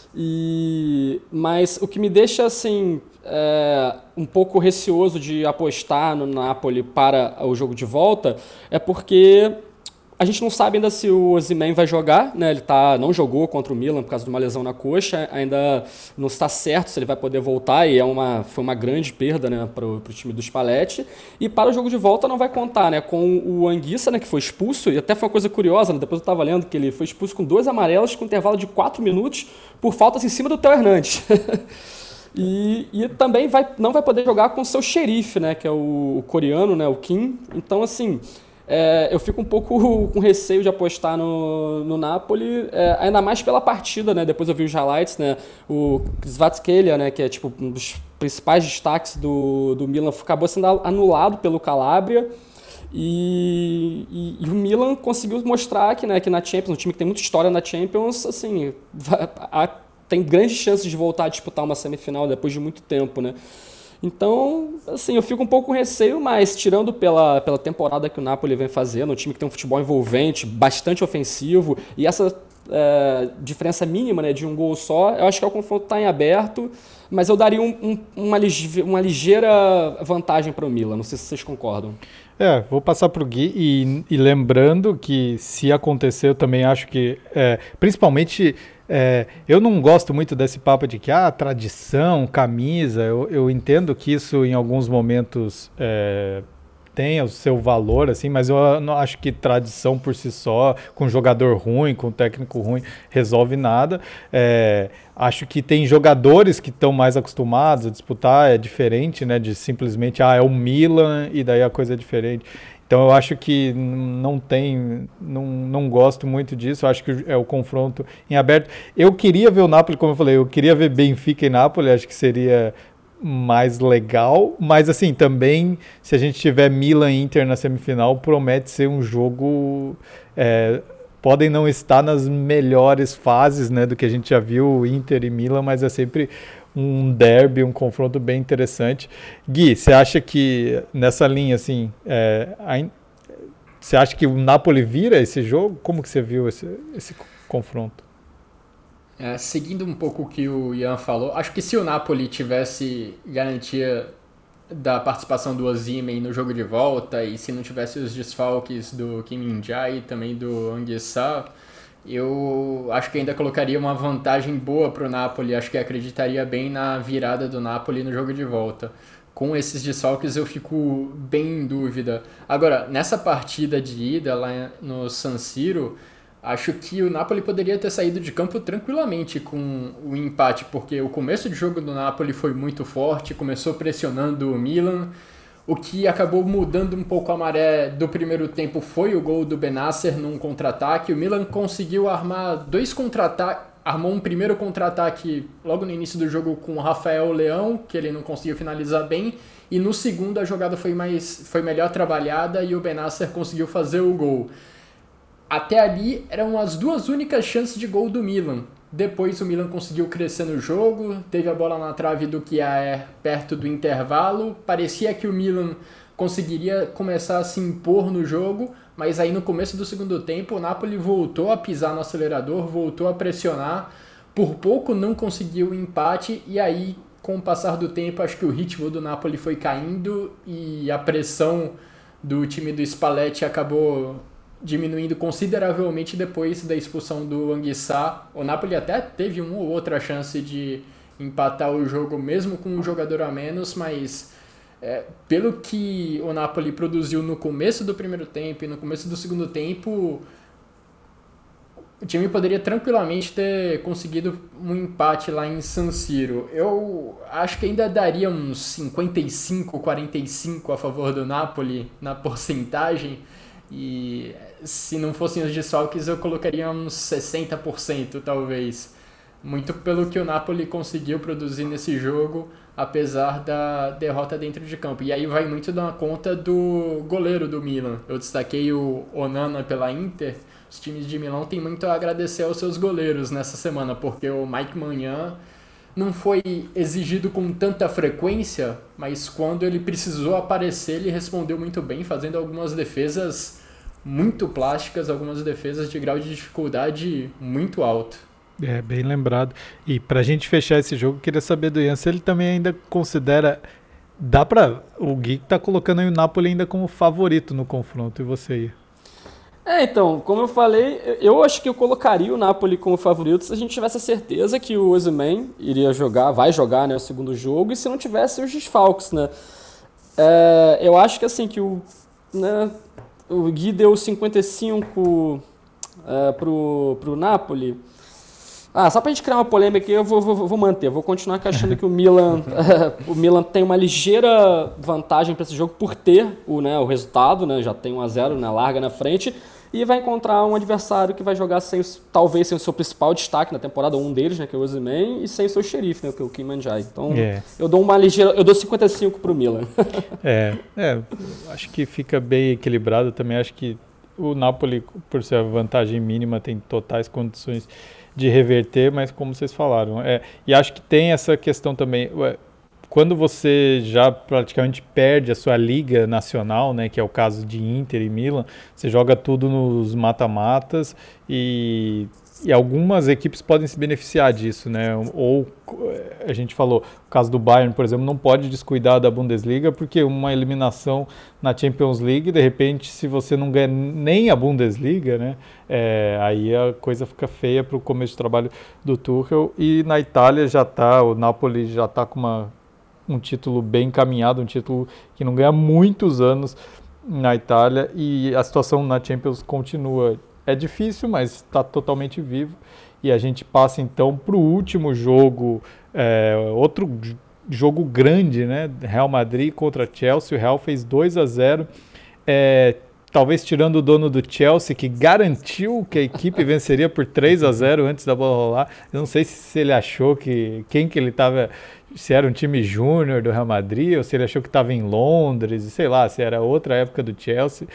Mas o que me deixa assim um pouco receoso de apostar no Napoli para o jogo de volta é porque a gente não sabe ainda se o Osimhen vai jogar, né? Ele não jogou contra o Milan por causa de uma lesão na coxa, ainda não está certo se ele vai poder voltar, e foi uma grande perda, né, para o time do Spalletti. E para o jogo de volta não vai contar, né, com o Anguissa, né, que foi expulso, e até foi uma coisa curiosa, né, depois eu estava lendo que ele foi expulso com 2 amarelos com um intervalo de 4 minutos por faltas em cima do Theo Hernandes. E também não vai poder jogar com o seu xerife, né, que é o coreano, né, o Kim. Então, assim, eu fico um pouco com receio de apostar no Napoli, ainda mais pela partida, né? Depois eu vi os highlights, né? O Kvaratskhelia, né, que é tipo um dos principais destaques do Milan, acabou sendo anulado pelo Calabria. E o Milan conseguiu mostrar que, né, que na Champions, um time que tem muita história na Champions, assim, tem grandes chances de voltar a disputar uma semifinal depois de muito tempo, né? Então, assim, eu fico um pouco com receio, mas tirando pela temporada que o Napoli vem fazendo, um time que tem um futebol envolvente, bastante ofensivo, e essa diferença mínima, né, de um gol só. Eu acho que o confronto está em aberto, mas eu daria uma ligeira vantagem para o Milan. Não sei se vocês concordam. Vou passar para o Gui e lembrando que se acontecer, eu também acho que, principalmente, eu não gosto muito desse papo de que tradição, camisa, eu entendo que isso em alguns momentos tem o seu valor, assim, mas eu não acho que tradição por si só, com jogador ruim, com técnico ruim, resolve nada. Acho que tem jogadores que estão mais acostumados a disputar, é diferente, né, de simplesmente, é o Milan e daí a coisa é diferente. Então eu acho que não gosto muito disso, eu acho que é o confronto em aberto. Eu queria ver o Napoli, como eu falei, eu queria ver Benfica e Napoli, acho que seria mais legal, mas assim, também se a gente tiver Milan e Inter na semifinal, promete ser um jogo, podem não estar nas melhores fases, né, do que a gente já viu, Inter e Milan, mas é sempre um derby, um confronto bem interessante. Gui, você acha que nessa linha, assim, você acha que o Napoli vira esse jogo? Como que você viu esse confronto? Seguindo um pouco o que o Ian falou, acho que se o Napoli tivesse garantia da participação do Osimhen no jogo de volta e se não tivesse os desfalques do Kim Min-jae e também do Anguissa, eu acho que ainda colocaria uma vantagem boa para o Napoli, acho que acreditaria bem na virada do Napoli no jogo de volta. Com esses desfalques eu fico bem em dúvida. Agora, nessa partida de ida lá no San Siro, acho que o Napoli poderia ter saído de campo tranquilamente com o empate, porque o começo de jogo do Napoli foi muito forte, começou pressionando o Milan. O que acabou mudando um pouco a maré do primeiro tempo foi o gol do Bennacer num contra-ataque. O Milan conseguiu armar dois contra-ataques, armou um primeiro contra-ataque logo no início do jogo com o Rafael Leão, que ele não conseguiu finalizar bem, e no segundo a jogada foi melhor trabalhada e o Bennacer conseguiu fazer o gol. Até ali eram as duas únicas chances de gol do Milan. Depois o Milan conseguiu crescer no jogo, teve a bola na trave do Kjaer perto do intervalo. Parecia que o Milan conseguiria começar a se impor no jogo, mas aí no começo do segundo tempo o Napoli voltou a pisar no acelerador, voltou a pressionar. Por pouco não conseguiu o empate e aí, com o passar do tempo, acho que o ritmo do Napoli foi caindo e a pressão do time do Spalletti acabou diminuindo consideravelmente depois da expulsão do Anguissa. O Napoli até teve uma ou outra chance de empatar o jogo mesmo com um jogador a menos, mas pelo que o Napoli produziu no começo do primeiro tempo e no começo do segundo tempo, o time poderia tranquilamente ter conseguido um empate lá em San Siro. Eu acho que ainda daria uns 55-45 a favor do Napoli na porcentagem, e se não fossem os desfalques eu colocaria uns 60% talvez. Muito pelo que o Napoli conseguiu produzir nesse jogo, apesar da derrota dentro de campo. E aí vai muito da conta do goleiro do Milan. Eu destaquei o Onana pela Inter. Os times de Milão têm muito a agradecer aos seus goleiros nessa semana, porque o Mike Maignan não foi exigido com tanta frequência, mas quando ele precisou aparecer, ele respondeu muito bem, fazendo algumas defesas muito plásticas, algumas defesas de grau de dificuldade muito alto. Bem lembrado. E pra gente fechar esse jogo, eu queria saber do Ian se ele também ainda considera... O Gui tá colocando aí o Napoli ainda como favorito no confronto, e você aí? Então, como eu falei, eu acho que eu colocaria o Napoli como favorito se a gente tivesse a certeza que o Osimhen vai jogar, né, o segundo jogo, e se não tivesse os desfalques, né. Eu acho que assim, que o Gui deu 55 pro Napoli. Só pra gente criar uma polêmica aqui, eu vou manter. Vou continuar achando que o Milan tem uma ligeira vantagem para esse jogo por ter o resultado, né? Já tem 1-0, né? Larga na frente. E vai encontrar um adversário que vai jogar talvez sem o seu principal destaque na temporada, um deles, né? Que é o Osimhen, e sem o seu xerife, né? Que é o Kim Min-jae. Então, eu dou 55 pro Milan. Acho que fica bem equilibrado também. Acho que o Napoli, por ser a vantagem mínima, tem totais condições de reverter, mas como vocês falaram, e acho que tem essa questão também, quando você já praticamente perde a sua liga nacional, né, que é o caso de Inter e Milan, você joga tudo nos mata-matas e E algumas equipes podem se beneficiar disso, né? Ou a gente falou, o caso do Bayern, por exemplo, não pode descuidar da Bundesliga, porque uma eliminação na Champions League, de repente, se você não ganha nem a Bundesliga, né? Aí a coisa fica feia para o começo de trabalho do Tuchel. E na Itália o Napoli já está com um título bem encaminhado, um título que não ganha há muitos anos na Itália, e a situação na Champions continua. É difícil, mas está totalmente vivo. E a gente passa então para o último jogo, outro jogo grande, né? Real Madrid contra Chelsea. O Real fez 2-0. Talvez tirando o dono do Chelsea, que garantiu que a equipe venceria por 3-0 antes da bola rolar. Eu não sei se ele achou quem que ele estava, se era um time júnior do Real Madrid, ou se ele achou que estava em Londres, sei lá, se era outra época do Chelsea.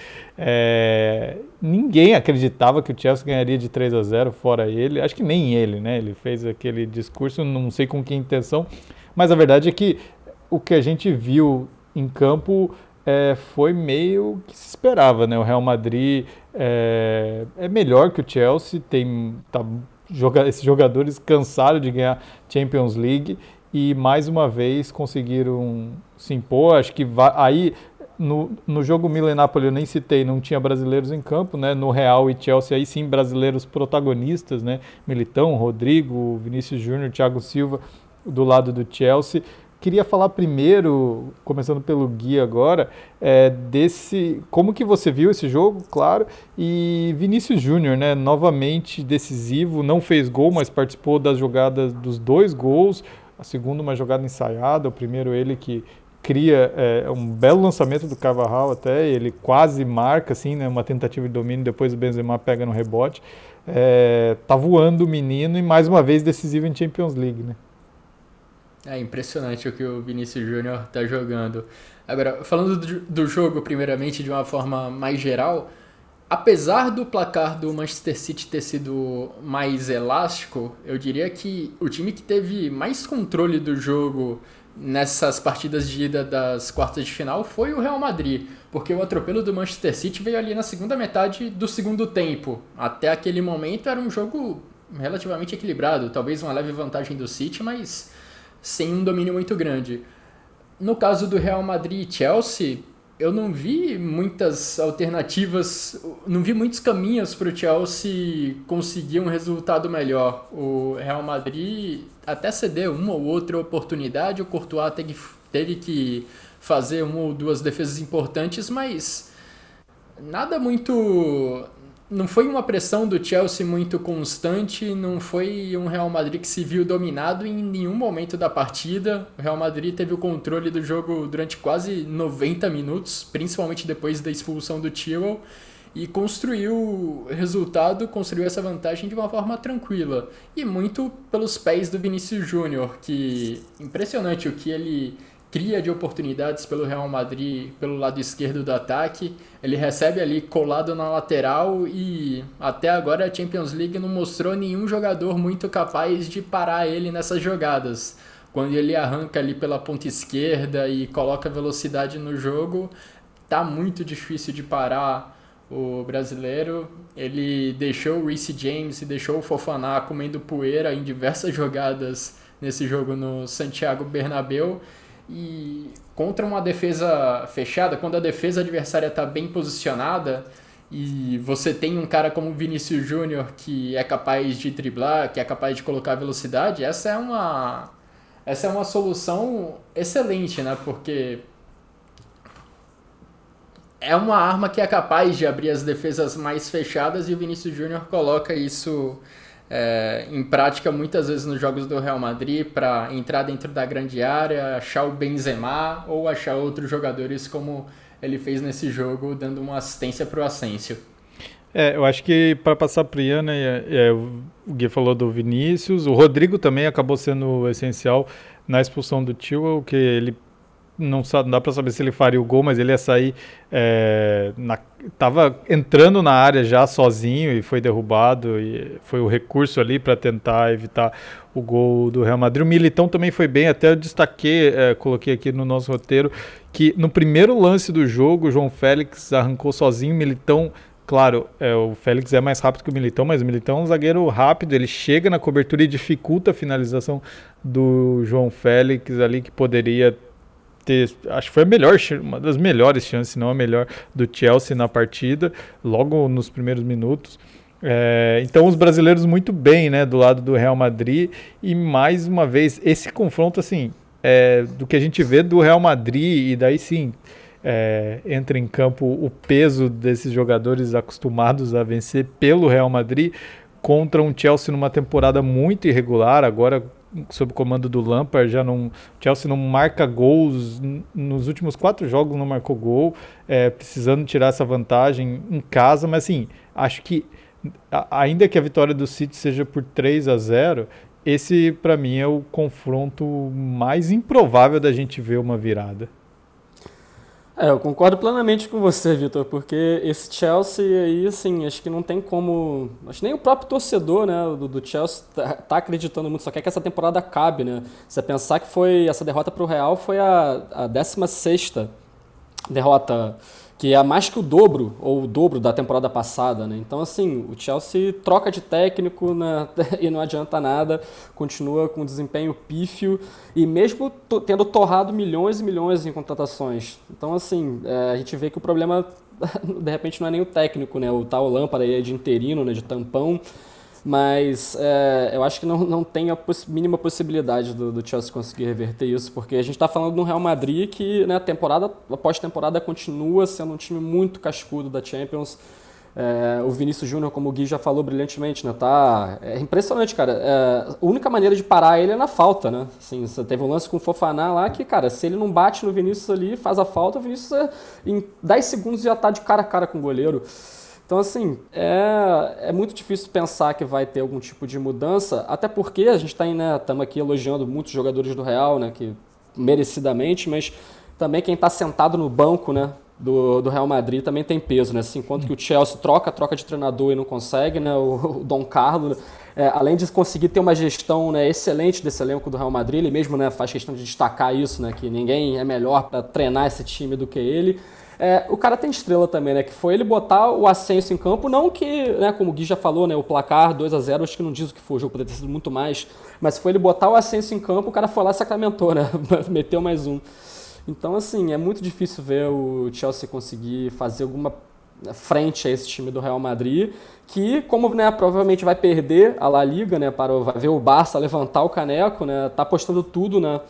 Ninguém acreditava que o Chelsea ganharia de 3-0 fora ele. Acho que nem ele, né? Ele fez aquele discurso, não sei com que intenção, mas a verdade é que o que a gente viu em campo foi meio que se esperava, né? O Real Madrid é melhor que o Chelsea, esses jogadores cansaram de ganhar Champions League e mais uma vez conseguiram se impor. Acho que aí no jogo Milan-Napoli eu nem citei, não tinha brasileiros em campo, né? No Real e Chelsea aí sim brasileiros protagonistas, né? Militão, Rodrigo, Vinícius Júnior, Thiago Silva do lado do Chelsea. Queria falar primeiro, começando pelo Gui agora, como que você viu esse jogo, claro, e Vinícius Júnior, né, novamente decisivo, não fez gol, mas participou das jogadas dos 2 gols, a segunda uma jogada ensaiada, o primeiro ele que cria um belo lançamento do Carvajal até, ele quase marca, assim, né, uma tentativa de domínio, depois o Benzema pega no rebote, tá voando o menino e mais uma vez decisivo em Champions League, né. É impressionante o que o Vinícius Júnior está jogando. Agora, falando do jogo, primeiramente, de uma forma mais geral, apesar do placar do Manchester City ter sido mais elástico, eu diria que o time que teve mais controle do jogo nessas partidas de ida das quartas de final foi o Real Madrid, porque o atropelo do Manchester City veio ali na segunda metade do segundo tempo. Até aquele momento era um jogo relativamente equilibrado, talvez uma leve vantagem do City, mas sem um domínio muito grande. No caso do Real Madrid e Chelsea, eu não vi muitas alternativas, não vi muitos caminhos para o Chelsea conseguir um resultado melhor. O Real Madrid até cedeu uma ou outra oportunidade, o Courtois teve que fazer uma ou duas defesas importantes, mas nada muito... Não foi uma pressão do Chelsea muito constante, não foi um Real Madrid que se viu dominado em nenhum momento da partida. O Real Madrid teve o controle do jogo durante quase 90 minutos, principalmente depois da expulsão do Chilwell, e construiu essa vantagem de uma forma tranquila. E muito pelos pés do Vinícius Júnior, que impressionante o que ele cria de oportunidades pelo Real Madrid, pelo lado esquerdo do ataque. Ele recebe ali colado na lateral e até agora a Champions League não mostrou nenhum jogador muito capaz de parar ele nessas jogadas. Quando ele arranca ali pela ponta esquerda e coloca velocidade no jogo, tá muito difícil de parar o brasileiro. Ele deixou o Reece James e deixou o Fofana comendo poeira em diversas jogadas nesse jogo no Santiago Bernabéu. E contra uma defesa fechada, quando a defesa adversária está bem posicionada e você tem um cara como o Vinícius Júnior que é capaz de driblar, que é capaz de colocar velocidade, essa é uma solução excelente, né? Porque é uma arma que é capaz de abrir as defesas mais fechadas e o Vinícius Júnior coloca isso em prática muitas vezes nos jogos do Real Madrid para entrar dentro da grande área, achar o Benzema ou achar outros jogadores como ele fez nesse jogo, dando uma assistência para o Asensio. Eu acho que para passar para o Ian, né, o Gui falou do Vinícius, o Rodrigo também acabou sendo essencial na expulsão do Chilwell, que ele não dá para saber se ele faria o gol, mas ele ia sair, estava entrando na área já sozinho e foi derrubado, e foi o recurso ali para tentar evitar o gol do Real Madrid. O Militão também foi bem, até eu destaquei, coloquei aqui no nosso roteiro, que no primeiro lance do jogo, o João Félix arrancou sozinho, o Militão Claro, o Félix é mais rápido que o Militão, mas o Militão é um zagueiro rápido, ele chega na cobertura e dificulta a finalização do João Félix ali, que poderia ter, acho que foi uma das melhores chances, se não a melhor, do Chelsea na partida, logo nos primeiros minutos. Então os brasileiros muito bem, né, do lado do Real Madrid, e mais uma vez, esse confronto, assim, do que a gente vê do Real Madrid, e daí sim, entra em campo o peso desses jogadores acostumados a vencer pelo Real Madrid contra um Chelsea numa temporada muito irregular, agora sob o comando do Lampard, o Chelsea não marca gols, nos últimos 4 jogos não marcou gol, precisando tirar essa vantagem em casa, mas assim, acho que ainda que a vitória do City seja por 3-0, esse para mim é o confronto mais improvável da gente ver uma virada. Eu concordo plenamente com você, Vitor, porque esse Chelsea aí, assim, acho que não tem como... Acho que nem o próprio torcedor, né, do Chelsea tá acreditando muito, só quer que essa temporada acabe, né? Você pensar que essa derrota pro Real foi a 16ª derrota, que é mais que o dobro, ou o dobro da temporada passada, né? Então, assim, o Chelsea troca de técnico, né, e não adianta nada, continua com desempenho pífio, e mesmo tendo torrado milhões e milhões em contratações. Então, assim, a gente vê que o problema, de repente, não é nem o técnico, né? O tal Lampard aí é de interino, né, de tampão, mas eu acho que não tem a mínima possibilidade do Chelsea conseguir reverter isso, porque a gente está falando de um Real Madrid que, né, temporada após temporada continua sendo um time muito cascudo da Champions. O Vinícius Júnior, como o Gui já falou brilhantemente, né, é impressionante, cara. A única maneira de parar ele é na falta, né? Assim, você teve um lance com o Fofana lá que, cara, se ele não bate no Vinícius ali, faz a falta, o Vinícius em 10 segundos já tá de cara a cara com o goleiro. Então, assim, é muito difícil pensar que vai ter algum tipo de mudança, até porque a gente estamos aqui elogiando muitos jogadores do Real, né, que merecidamente, mas também quem está sentado no banco, né, do Real Madrid também tem peso, né? Assim, enquanto que o Chelsea troca de treinador e não consegue, né, o Dom Carlo, além de conseguir ter uma gestão, né, excelente desse elenco do Real Madrid, ele mesmo, né, faz questão de destacar isso, né, que ninguém é melhor para treinar esse time do que ele. O cara tem estrela também, né? Que foi ele botar o Asensio em campo, não que, né, como o Gui já falou, né, o placar 2-0, acho que não diz o que foi, o jogo poderia ter sido muito mais, mas foi ele botar o Asensio em campo, o cara foi lá e sacramentou, né? Meteu mais um. Então, assim, é muito difícil ver o Chelsea conseguir fazer alguma frente a esse time do Real Madrid, que, como, né, provavelmente vai perder a La Liga, né, vai ver o Barça levantar o caneco, né, tá apostando tudo, né,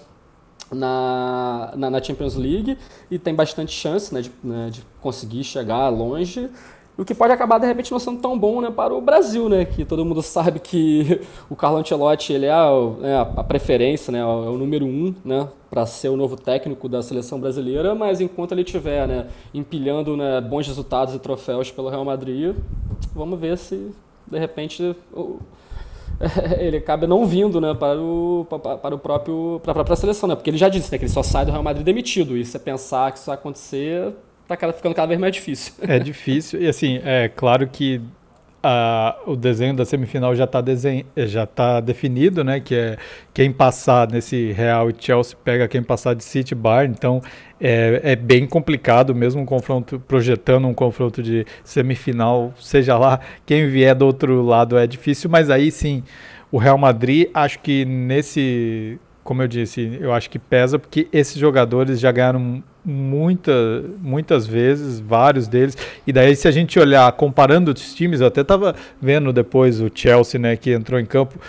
na Champions League e tem bastante chance, né, de conseguir chegar longe, o que pode acabar de repente não sendo tão bom, né, para o Brasil, né, que todo mundo sabe que o Carlo Ancelotti ele é a preferência, né, é o número 1, né, para ser o novo técnico da seleção brasileira, mas enquanto ele estiver, né, empilhando, né, bons resultados e troféus pelo Real Madrid, vamos ver se de repente ele acaba não vindo, né, para a própria seleção, né, porque ele já disse, né, que ele só sai do Real Madrid demitido, e se pensar que isso vai acontecer, tá ficando cada vez mais difícil. É difícil, e assim, é claro que o desenho da semifinal já tá definido, né, que é quem passar nesse Real e Chelsea pega quem passar de City Bayern, então é bem complicado mesmo projetando um confronto de semifinal, seja lá quem vier do outro lado é difícil, mas aí sim, o Real Madrid, acho que como eu disse, eu acho que pesa porque esses jogadores já ganharam muitas vezes, vários deles, e daí se a gente olhar, comparando os times, eu até estava vendo depois o Chelsea, né, que entrou em campo,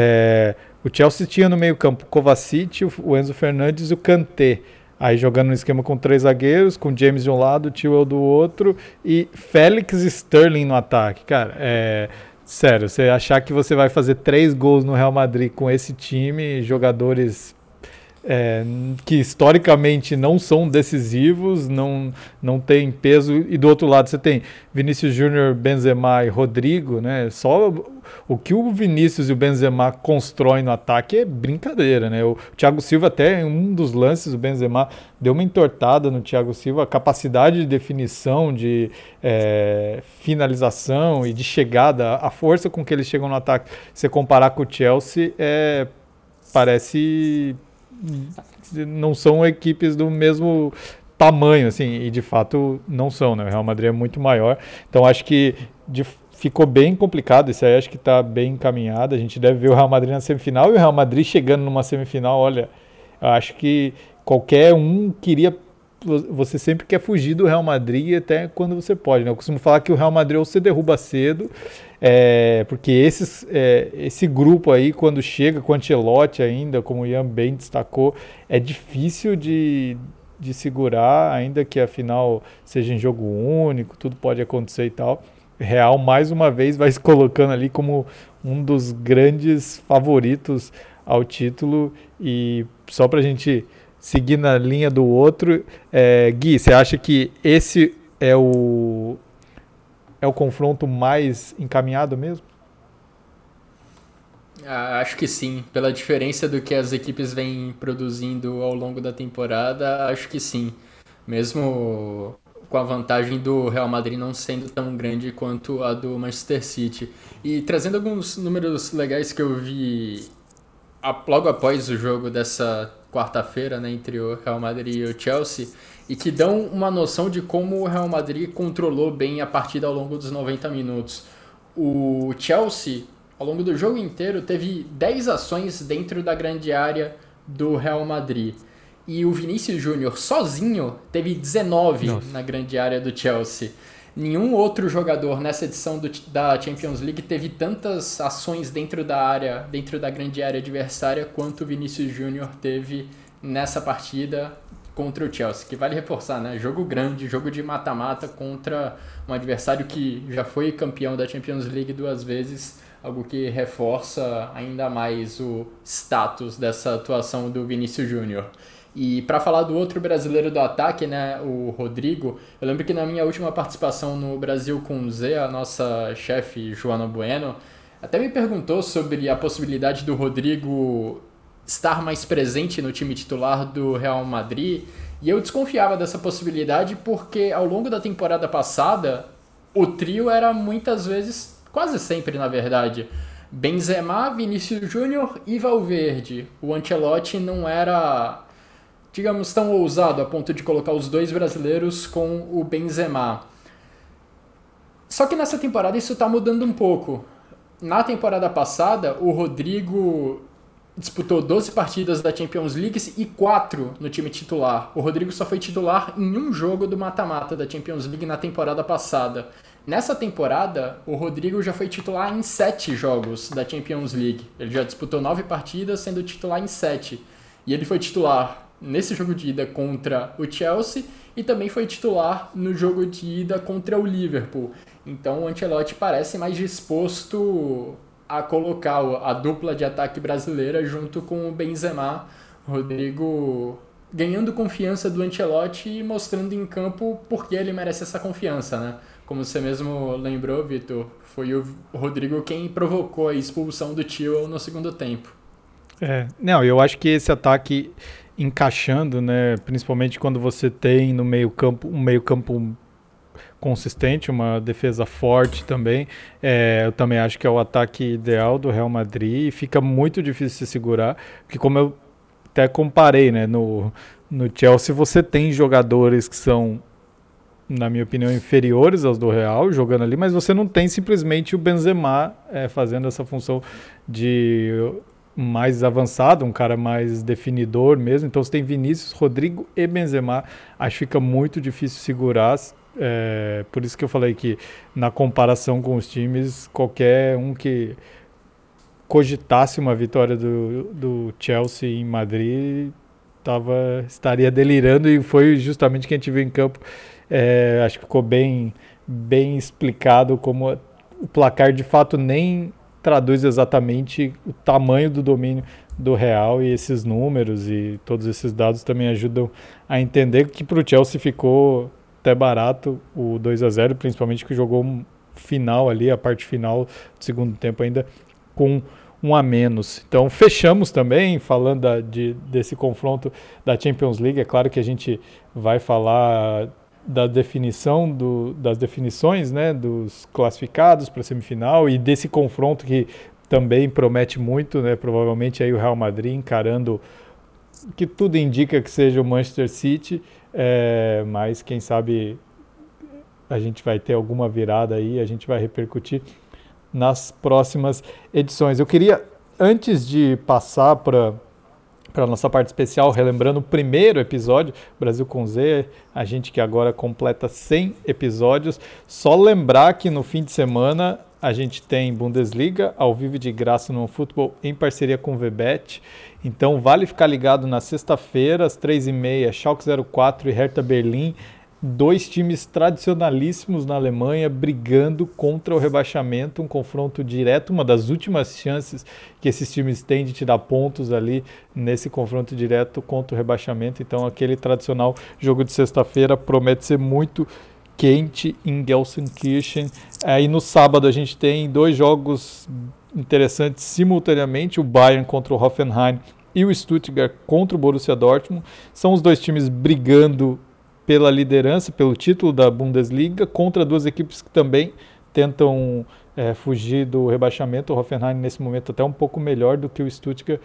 o Chelsea tinha no meio campo o Kovacic, o Enzo Fernandes e o Kanté, aí jogando no esquema com 3 zagueiros, com James de um lado, Chilwell do outro, e Félix e Sterling no ataque, cara, sério, você achar que você vai fazer 3 gols no Real Madrid com esse time, jogadores que historicamente não são decisivos, não tem peso, e do outro lado você tem Vinícius Júnior, Benzema e Rodrigo, né? Só o que o Vinícius e o Benzema constroem no ataque é brincadeira, né? O Thiago Silva até em um dos lances, o Benzema deu uma entortada no Thiago Silva, a capacidade de definição, de finalização e de chegada, a força com que eles chegam no ataque, se você comparar com o Chelsea, parece... não são equipes do mesmo tamanho, assim, e de fato não são, né? O Real Madrid é muito maior, então acho que ficou bem complicado, isso aí acho que está bem encaminhado, a gente deve ver o Real Madrid na semifinal e o Real Madrid chegando numa semifinal, olha, eu acho que qualquer um queria, você sempre quer fugir do Real Madrid até quando você pode, né? Eu costumo falar que o Real Madrid ou você derruba cedo, porque esse grupo aí, quando chega com o Ancelotti ainda, como o Ian bem destacou, é difícil de segurar, ainda que a final seja em jogo único, tudo pode acontecer e tal. Real, mais uma vez, vai se colocando ali como um dos grandes favoritos ao título. E só para a gente seguir na linha do outro, Gui, você acha que esse é o confronto mais encaminhado mesmo? Acho que sim. Pela diferença do que as equipes vêm produzindo ao longo da temporada, acho que sim. Mesmo com a vantagem do Real Madrid não sendo tão grande quanto a do Manchester City. E trazendo alguns números legais que eu vi logo após o jogo dessa quarta-feira, né, entre o Real Madrid e o Chelsea, e que dão uma noção de como o Real Madrid controlou bem a partida ao longo dos 90 minutos. O Chelsea, ao longo do jogo inteiro, teve 10 ações dentro da grande área do Real Madrid. E o Vinícius Júnior sozinho teve 19 na grande área do Chelsea. Nenhum outro jogador nessa edição da Champions League teve tantas ações dentro da área, dentro da grande área adversária, quanto o Vinícius Júnior teve nessa partida contra o Chelsea. Que vale reforçar, né? Jogo grande, jogo de mata-mata contra um adversário que já foi campeão da Champions League 2 vezes, algo que reforça ainda mais o status dessa atuação do Vinícius Júnior. E para falar do outro brasileiro do ataque, né, o Rodrigo, eu lembro que na minha última participação no Brasil com Z, a nossa chefe Joana Bueno até me perguntou sobre a possibilidade do Rodrigo estar mais presente no time titular do Real Madrid, e eu desconfiava dessa possibilidade porque ao longo da temporada passada o trio era muitas vezes, quase sempre na verdade, Benzema, Vinícius Júnior e Valverde. O Ancelotti não era, digamos, tão ousado a ponto de colocar os dois brasileiros com o Benzema. Só que nessa temporada isso está mudando um pouco. Na temporada passada, o Rodrigo disputou 12 partidas da Champions League e 4 no time titular. O Rodrigo só foi titular em um jogo do mata-mata da Champions League na temporada passada. Nessa temporada, o Rodrigo já foi titular em 7 jogos da Champions League. Ele já disputou 9 partidas, sendo titular em 7. E ele foi titular nesse jogo de ida contra o Chelsea e também foi titular no jogo de ida contra o Liverpool. Então o Ancelotti parece mais disposto a colocar a dupla de ataque brasileira junto com o Benzema. O Rodrigo ganhando confiança do Ancelotti e mostrando em campo por que ele merece essa confiança, né? Como você mesmo lembrou, Vitor, foi o Rodrigo quem provocou a expulsão do Chilwell no segundo tempo. Não, eu acho que esse ataque encaixando, né, principalmente quando você tem no meio-campo um meio-campo consistente, uma defesa forte também, eu também acho que é o ataque ideal do Real Madrid e fica muito difícil se segurar, porque como eu até comparei, né, no Chelsea você tem jogadores que são, na minha opinião, inferiores aos do Real, jogando ali, mas você não tem simplesmente o Benzema fazendo essa função de mais avançado, um cara mais definidor mesmo. Então você tem Vinícius, Rodrigo e Benzema. Acho que fica muito difícil segurar. Por isso que eu falei que na comparação com os times, qualquer um que cogitasse uma vitória do Chelsea em Madrid estaria delirando, e foi justamente quem a gente viu em campo. Acho que ficou bem explicado como o placar de fato nem traduz exatamente o tamanho do domínio do Real, e esses números e todos esses dados também ajudam a entender que para o Chelsea ficou até barato o 2-0, principalmente que jogou final ali, a parte final do segundo tempo ainda com um a menos. Então fechamos também falando desse confronto da Champions League. É claro que a gente vai falar da definição das definições, né, dos classificados para a semifinal, e desse confronto que também promete muito, né, provavelmente aí o Real Madrid encarando que tudo indica que seja o Manchester City, mas quem sabe a gente vai ter alguma virada aí, a gente vai repercutir nas próximas edições. Eu queria, antes de passar para a nossa parte especial, relembrando o primeiro episódio, Brasil com Z, a gente que agora completa 100 episódios, só lembrar que no fim de semana a gente tem Bundesliga ao vivo de graça no futebol em parceria com o VBet, então vale ficar ligado na sexta-feira, às 3h30, Schalke 04 e Hertha Berlim, dois times tradicionalíssimos na Alemanha brigando contra o rebaixamento, um confronto direto, uma das últimas chances que esses times têm de tirar pontos ali nesse confronto direto contra o rebaixamento. Então aquele tradicional jogo de sexta-feira promete ser muito quente em Gelsenkirchen. Aí no sábado a gente tem dois jogos interessantes simultaneamente, o Bayern contra o Hoffenheim e o Stuttgart contra o Borussia Dortmund. São os dois times brigando pela liderança, pelo título da Bundesliga, contra duas equipes que também tentam fugir do rebaixamento. O Hoffenheim, nesse momento, até um pouco melhor do que o Stuttgart,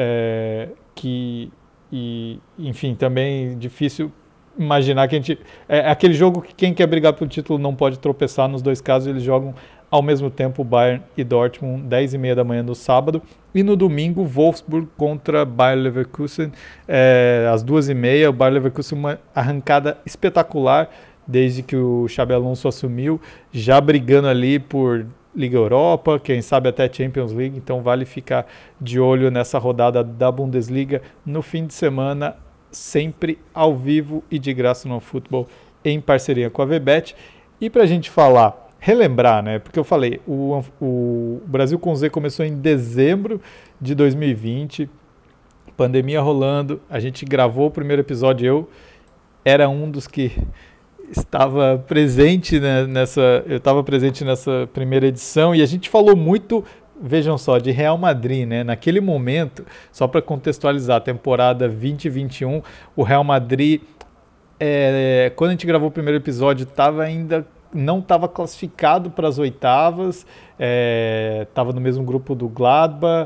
enfim, também difícil imaginar que a gente... É aquele jogo que quem quer brigar pelo título não pode tropeçar. Nos dois casos, eles jogam ao mesmo tempo Bayern e Dortmund, 10h30 da manhã no sábado. E no domingo, Wolfsburg contra Bayer Leverkusen, às 2h30. O Bayer Leverkusen, uma arrancada espetacular desde que o Xabi Alonso assumiu, já brigando ali por Liga Europa, quem sabe até Champions League. Então vale ficar de olho nessa rodada da Bundesliga no fim de semana, sempre ao vivo e de graça no futebol, em parceria com a VBet. E para a gente relembrar, né? Porque eu falei, o Brasil com Z começou em dezembro de 2020, pandemia rolando, a gente gravou o primeiro episódio, eu era um dos que estava presente, né, eu estava presente nessa primeira edição, e a gente falou muito, vejam só, de Real Madrid, né? Naquele momento, só para contextualizar, a temporada 2021, o Real Madrid, quando a gente gravou o primeiro episódio, não estava classificado para as oitavas, estava no mesmo grupo do Gladbach,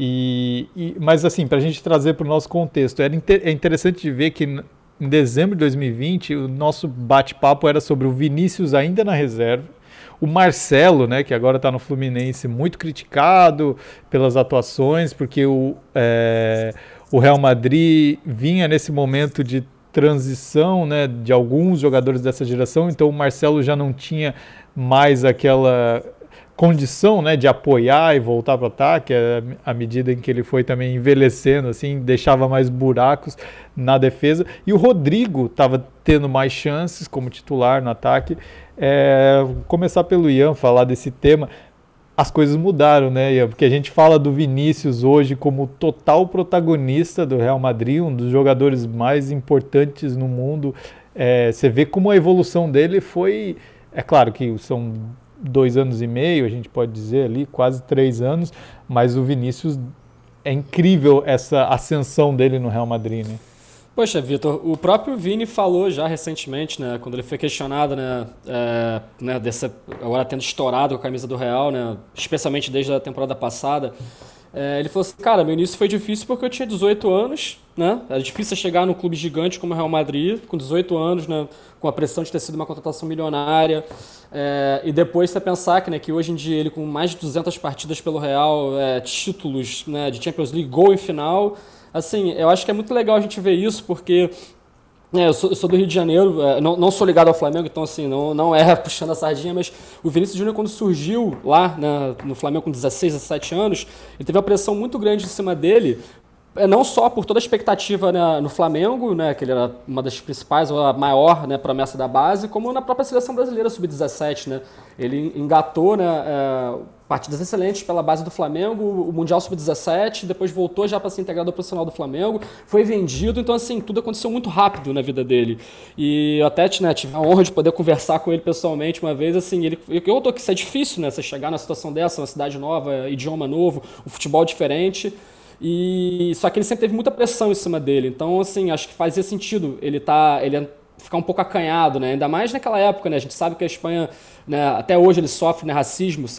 mas assim, para a gente trazer para o nosso contexto, é interessante de ver que em dezembro de 2020 o nosso bate-papo era sobre o Vinícius ainda na reserva, o Marcelo, né, que agora está no Fluminense, muito criticado pelas atuações, porque o Real Madrid vinha nesse momento de transição, né, de alguns jogadores dessa geração, então o Marcelo já não tinha mais aquela condição, né, de apoiar e voltar para o ataque, à medida em que ele foi também envelhecendo, assim, deixava mais buracos na defesa, e o Rodrigo estava tendo mais chances como titular no ataque. Vou começar pelo Ian falar desse tema. As coisas mudaram, né, Ian? Porque a gente fala do Vinícius hoje como total protagonista do Real Madrid, um dos jogadores mais importantes no mundo. Você vê como a evolução dele foi... É claro que são 2 anos e meio, a gente pode dizer ali, quase 3 anos, mas o Vinícius, é incrível essa ascensão dele no Real Madrid, né? Poxa, Vitor, o próprio Vini falou já recentemente, né, quando ele foi questionado, né, agora tendo estourado com a camisa do Real, né, especialmente desde a temporada passada, ele falou assim, cara, meu início foi difícil porque eu tinha 18 anos, né, era difícil chegar num clube gigante como o Real Madrid, com 18 anos, né, com a pressão de ter sido uma contratação milionária, e depois você pensar que hoje em dia ele com mais de 200 partidas pelo Real, títulos, né, de Champions League, gol em final. Assim, eu acho que é muito legal a gente ver isso, porque eu sou do Rio de Janeiro, não sou ligado ao Flamengo, então assim, não é puxando a sardinha, mas o Vinícius Júnior, quando surgiu lá, né, no Flamengo com 16, 17 anos, ele teve uma pressão muito grande em cima dele, não só por toda a expectativa, né, no Flamengo, né, que ele era uma das principais, ou a maior, né, promessa da base, como na própria seleção brasileira sub-17, né? Ele engatou, né, partidas excelentes pela base do Flamengo, o Mundial Sub-17, depois voltou já para ser integrado ao profissional do Flamengo, foi vendido, então assim, tudo aconteceu muito rápido na vida dele. E eu até, né, tive a honra de poder conversar com ele pessoalmente uma vez, assim, eu tô que isso é difícil, né, você chegar na situação dessa, uma cidade nova, idioma novo, um futebol diferente, só que ele sempre teve muita pressão em cima dele, então assim, acho que fazia sentido ele ficar um pouco acanhado, né? Ainda mais naquela época, né? A gente sabe que a Espanha, né, até hoje ele sofre, né, racismo, sendo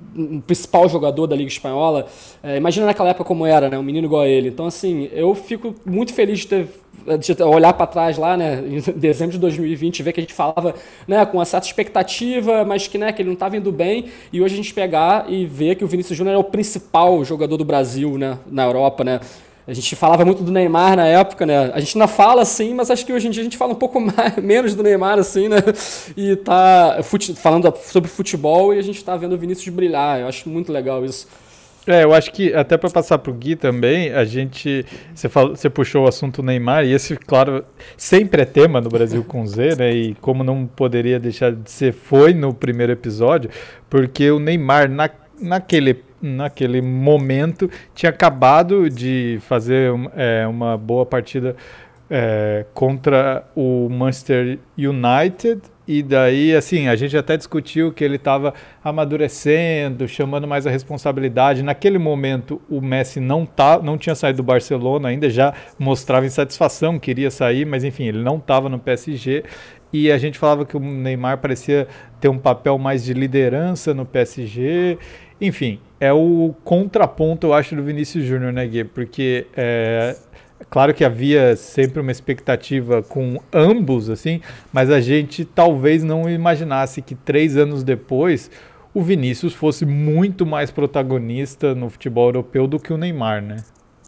um principal jogador da Liga Espanhola. Imagina naquela época como era, né? Um menino igual a ele. Então, assim, eu fico muito feliz de olhar para trás lá, né, em dezembro de 2020, ver que a gente falava, né, com uma certa expectativa, mas que, né, que ele não estava indo bem, e hoje a gente pegar e ver que o Vinícius Júnior é o principal jogador do Brasil, né, na Europa, né. A gente falava muito do Neymar na época, né? A gente ainda fala assim, mas acho que hoje em dia a gente fala um pouco menos do Neymar, assim, né? E tá falando sobre futebol e a gente tá vendo o Vinícius brilhar. Eu acho muito legal isso. Eu acho que até para passar pro Gui também, você puxou o assunto Neymar, e esse, claro, sempre é tema no Brasil com Z, né? E como não poderia deixar de ser, foi no primeiro episódio, porque o Neymar, naquele momento, tinha acabado de fazer uma boa partida contra o Manchester United, e daí, assim, a gente até discutiu que ele estava amadurecendo, chamando mais a responsabilidade. Naquele momento, o Messi não tinha saído do Barcelona ainda, já mostrava insatisfação, queria sair, mas enfim, ele não estava no PSG. E a gente falava que o Neymar parecia ter um papel mais de liderança no PSG. Enfim, é o contraponto, eu acho, do Vinícius Júnior, né, Gui? Porque claro que havia sempre uma expectativa com ambos, assim, mas a gente talvez não imaginasse que 3 anos depois o Vinícius fosse muito mais protagonista no futebol europeu do que o Neymar, né?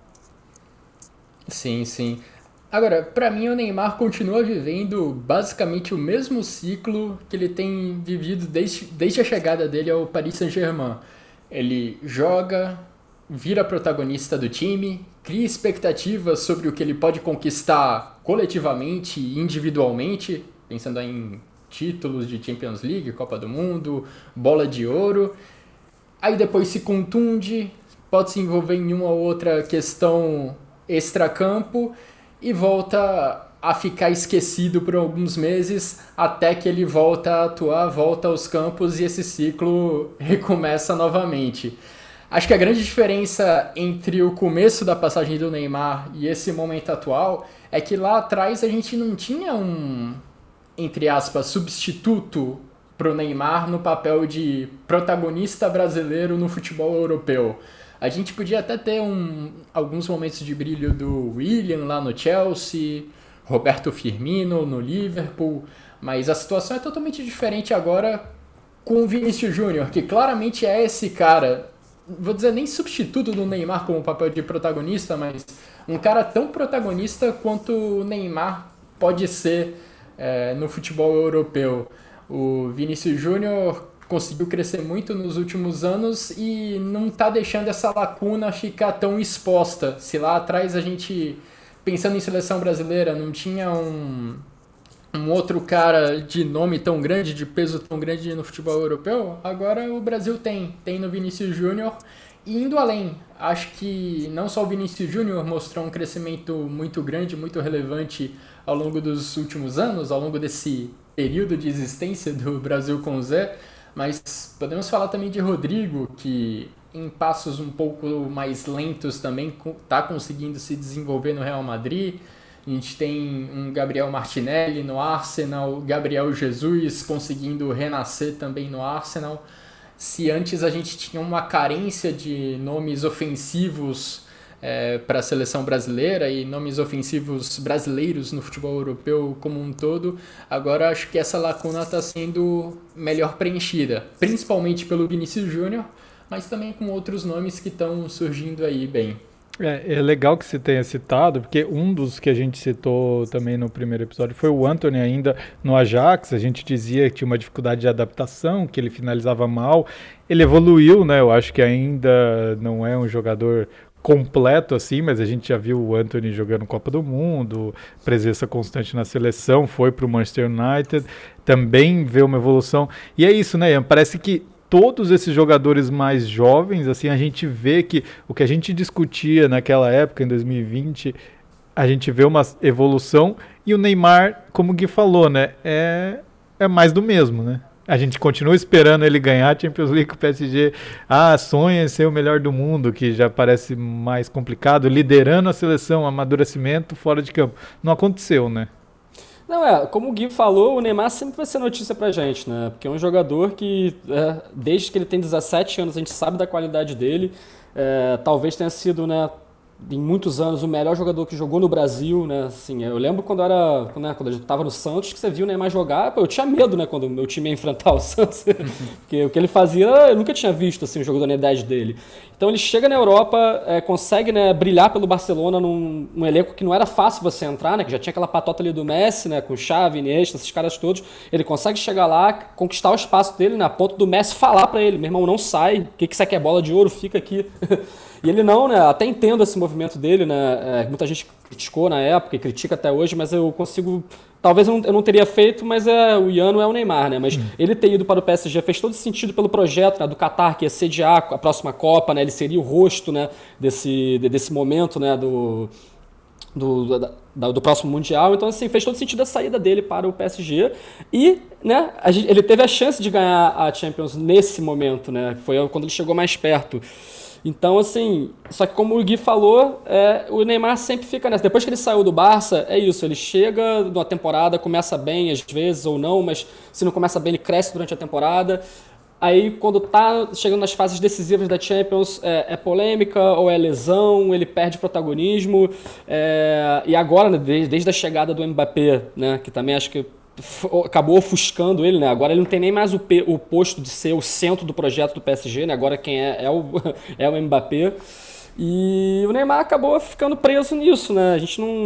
Sim, sim. Agora, pra mim o Neymar continua vivendo basicamente o mesmo ciclo que ele tem vivido desde a chegada dele ao Paris Saint-Germain. Ele joga, vira protagonista do time, cria expectativas sobre o que ele pode conquistar coletivamente e individualmente, pensando em títulos de Champions League, Copa do Mundo, Bola de Ouro. Aí depois se contunde, pode se envolver em uma ou outra questão extracampo e volta a ficar esquecido por alguns meses até que ele volta a atuar, volta aos campos e esse ciclo recomeça novamente. Acho que a grande diferença entre o começo da passagem do Neymar e esse momento atual é que lá atrás a gente não tinha um, entre aspas, substituto para o Neymar no papel de protagonista brasileiro no futebol europeu. A gente podia até ter alguns momentos de brilho do William lá no Chelsea, Roberto Firmino no Liverpool, mas a situação é totalmente diferente agora com o Vinícius Júnior, que claramente é esse cara, vou dizer nem substituto do Neymar como papel de protagonista, mas um cara tão protagonista quanto o Neymar pode ser no futebol europeu. O Vinícius Júnior conseguiu crescer muito nos últimos anos e não está deixando essa lacuna ficar tão exposta. Se lá atrás a gente, pensando em seleção brasileira, não tinha um outro cara de nome tão grande, de peso tão grande no futebol europeu, agora o Brasil tem no Vinícius Júnior. E indo além, acho que não só o Vinícius Júnior mostrou um crescimento muito grande, muito relevante ao longo dos últimos anos, ao longo desse período de existência do Brasil com Z, mas podemos falar também de Rodrigo, que em passos um pouco mais lentos também está conseguindo se desenvolver no Real Madrid. A gente tem um Gabriel Martinelli no Arsenal, Gabriel Jesus conseguindo renascer também no Arsenal. Se antes a gente tinha uma carência de nomes ofensivos para a seleção brasileira e nomes ofensivos brasileiros no futebol europeu como um todo, agora acho que essa lacuna está sendo melhor preenchida, principalmente pelo Vinícius Júnior, mas também com outros nomes que estão surgindo aí bem. É legal que você tenha citado, porque um dos que a gente citou também no primeiro episódio foi o Antony, ainda no Ajax. A gente dizia que tinha uma dificuldade de adaptação, que ele finalizava mal. Ele evoluiu, né? Eu acho que ainda não é um jogador completo assim, mas a gente já viu o Antony jogando Copa do Mundo, presença constante na seleção, foi para o Manchester United, também vê uma evolução. E é isso, né, Ian? Parece que todos esses jogadores mais jovens, assim, a gente vê que o que a gente discutia naquela época, em 2020, a gente vê uma evolução, e o Neymar, como o Gui falou, né, é mais do mesmo, né? A gente continua esperando ele ganhar a Champions League com o PSG. Sonha em ser o melhor do mundo, que já parece mais complicado, liderando a seleção, amadurecimento fora de campo. Não aconteceu, né? Não, como o Gui falou, o Neymar sempre vai ser notícia pra gente, né? Porque é um jogador que, desde que ele tem 17 anos, a gente sabe da qualidade dele. Talvez tenha sido, né, em muitos anos, o melhor jogador que jogou no Brasil, né? Assim, eu lembro quando eu estava no Santos, que você viu o Neymar jogar, pô, eu tinha medo, né, quando o meu time ia enfrentar o Santos, porque o que ele fazia, eu nunca tinha visto, assim, um jogador na idade dele. Então ele chega na Europa, consegue, né, brilhar pelo Barcelona num elenco que não era fácil você entrar, né, que já tinha aquela patota ali do Messi, né, com Xavi, Iniesta, esses caras todos. Ele consegue chegar lá, conquistar o espaço dele, né, a ponto do Messi falar pra ele, meu irmão, não sai, o que você quer, bola de ouro, fica aqui. E ele não, né? Até entendo esse movimento dele, né? Muita gente criticou na época e critica até hoje, mas eu consigo. Talvez eu não teria feito, mas o Ian não é o Neymar, né? Mas ele ter ido para o PSG fez todo sentido pelo projeto, né, do Qatar, que ia sediar a próxima Copa, né? Ele seria o rosto, né, desse momento, né? Do próximo Mundial. Então, assim, fez todo sentido a saída dele para o PSG. E, né, ele teve a chance de ganhar a Champions nesse momento, né? Foi quando ele chegou mais perto. Então, assim, só que como o Gui falou, o Neymar sempre fica nessa. Depois que ele saiu do Barça, é isso, ele chega numa temporada, começa bem às vezes ou não, mas se não começa bem, ele cresce durante a temporada. Aí, quando tá chegando nas fases decisivas da Champions, é polêmica ou é lesão, ele perde protagonismo. E agora, né, desde a chegada do Mbappé, né, que também acho que acabou ofuscando ele, né? Agora ele não tem nem mais o posto de ser o centro do projeto do PSG, né? Agora quem é o Mbappé. E o Neymar acabou ficando preso nisso, né?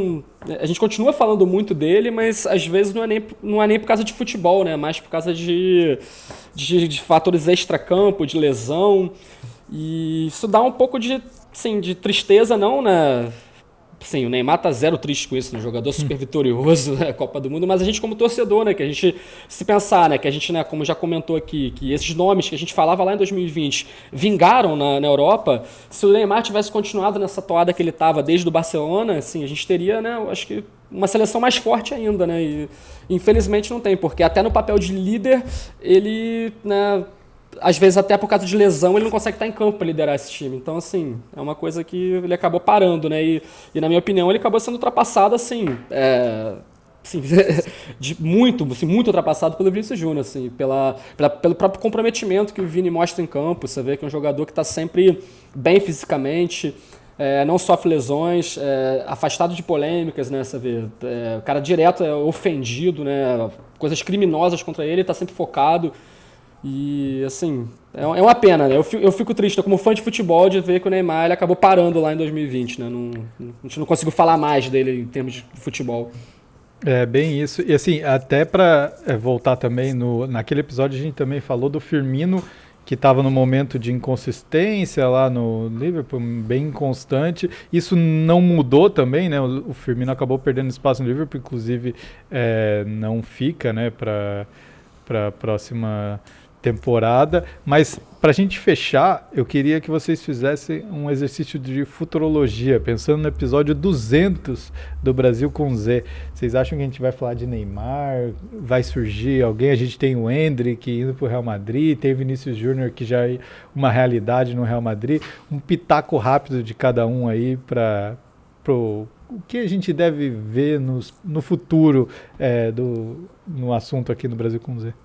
A gente continua falando muito dele, mas às vezes não é nem por causa de futebol, né? Mais por causa de fatores extracampo, de lesão. E isso dá um pouco assim, de tristeza, não, né? Sim, o Neymar tá zero triste com isso, né? Jogador super vitorioso na Copa do Mundo, mas a gente como torcedor, né? Que a gente, se pensar, né? Que a gente, né, como já comentou aqui, que esses nomes que a gente falava lá em 2020 vingaram na Europa, se o Neymar tivesse continuado nessa toada que ele tava desde o Barcelona, assim, a gente teria, né? Eu acho que uma seleção mais forte ainda, né? E infelizmente não tem, porque até no papel de líder, ele, né, às vezes até por causa de lesão ele não consegue estar em campo para liderar esse time. Então, assim, é uma coisa que ele acabou parando, né? E na minha opinião ele acabou sendo ultrapassado, assim, assim muito ultrapassado pelo Vinícius Júnior, assim, pelo próprio comprometimento que o Vini mostra em campo. Você vê que é um jogador que está sempre bem fisicamente, não sofre lesões, afastado de polêmicas, né? Você vê, o cara direto é ofendido, né? Coisas criminosas contra ele, está sempre focado. E, assim, é uma pena, né? Eu fico triste, como fã de futebol, de ver que o Neymar ele acabou parando lá em 2020, né? A gente não conseguiu falar mais dele em termos de futebol. É bem isso. E assim, até para voltar também, naquele episódio a gente também falou do Firmino, que estava no momento de inconsistência lá no Liverpool, bem inconstante. Isso não mudou também, né? O Firmino acabou perdendo espaço no Liverpool, inclusive não fica, né, para a próxima temporada, mas para a gente fechar, eu queria que vocês fizessem um exercício de futurologia, pensando no episódio 200 do Brasil com Z. Vocês acham que a gente vai falar de Neymar? Vai surgir alguém? A gente tem o Endrick indo para o Real Madrid, tem o Vinícius Júnior, que já é uma realidade no Real Madrid. Um pitaco rápido de cada um aí para o que a gente deve ver no futuro no assunto aqui no Brasil com Z.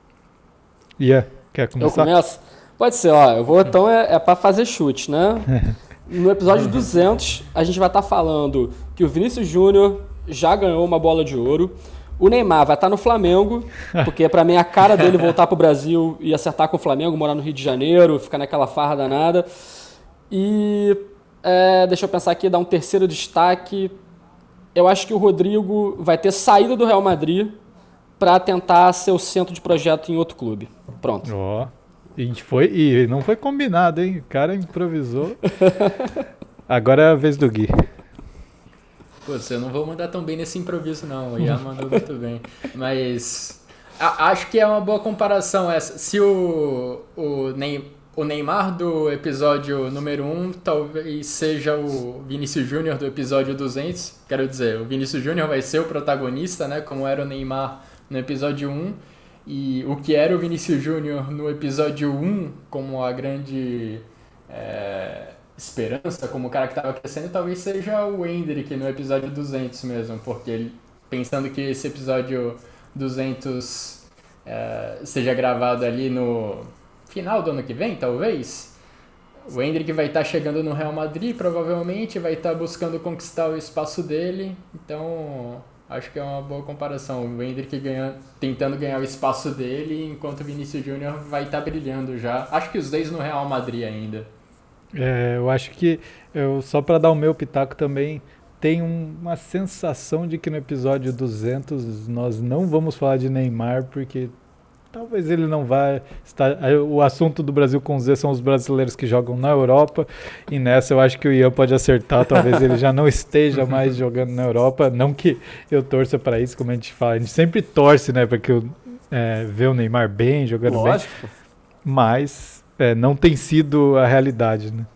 Quer começar? Eu começo? Pode ser, ó. Eu vou, então, para fazer chute, né? No episódio 200, a gente vai estar falando que o Vinícius Júnior já ganhou uma bola de ouro. O Neymar vai estar no Flamengo, porque para mim a cara dele voltar pro Brasil e acertar com o Flamengo, morar no Rio de Janeiro, ficar naquela farra danada. E deixa eu pensar aqui, dar um terceiro destaque. Eu acho que o Rodrigo vai ter saído do Real Madrid para tentar ser o centro de projeto em outro clube. Pronto. Ó, e não foi combinado, hein? O cara improvisou. Agora é a vez do Gui. Pô, eu não vou mandar tão bem nesse improviso, não. O Ian mandou muito bem. Mas acho que é uma boa comparação essa. Se o Neymar do episódio número 1 talvez seja o Vinícius Júnior do episódio 200. Quero dizer, o Vinícius Júnior vai ser o protagonista, né? Como era o Neymar no episódio 1. E o que era o Vinícius Júnior no episódio 1, como a grande esperança, como o cara que estava crescendo, talvez seja o Endrick no episódio 200 mesmo, porque ele pensando que esse episódio 200 seja gravado ali no final do ano que vem, talvez. O Endrick vai estar chegando no Real Madrid, provavelmente, vai estar buscando conquistar o espaço dele, então acho que é uma boa comparação. O Endrick tentando ganhar o espaço dele, enquanto o Vinícius Júnior vai estar brilhando já. Acho que os dois no Real Madrid ainda. Eu acho que, só para dar o meu pitaco também, tem uma sensação de que no episódio 200 nós não vamos falar de Neymar, porque talvez ele não vá estar... O assunto do Brasil com Z são os brasileiros que jogam na Europa, e nessa eu acho que o Ian pode acertar, talvez ele já não esteja mais jogando na Europa, não que eu torça para isso, como a gente fala, a gente sempre torce, né, para que ver o Neymar bem, jogando Lógico. bem, mas não tem sido a realidade, né.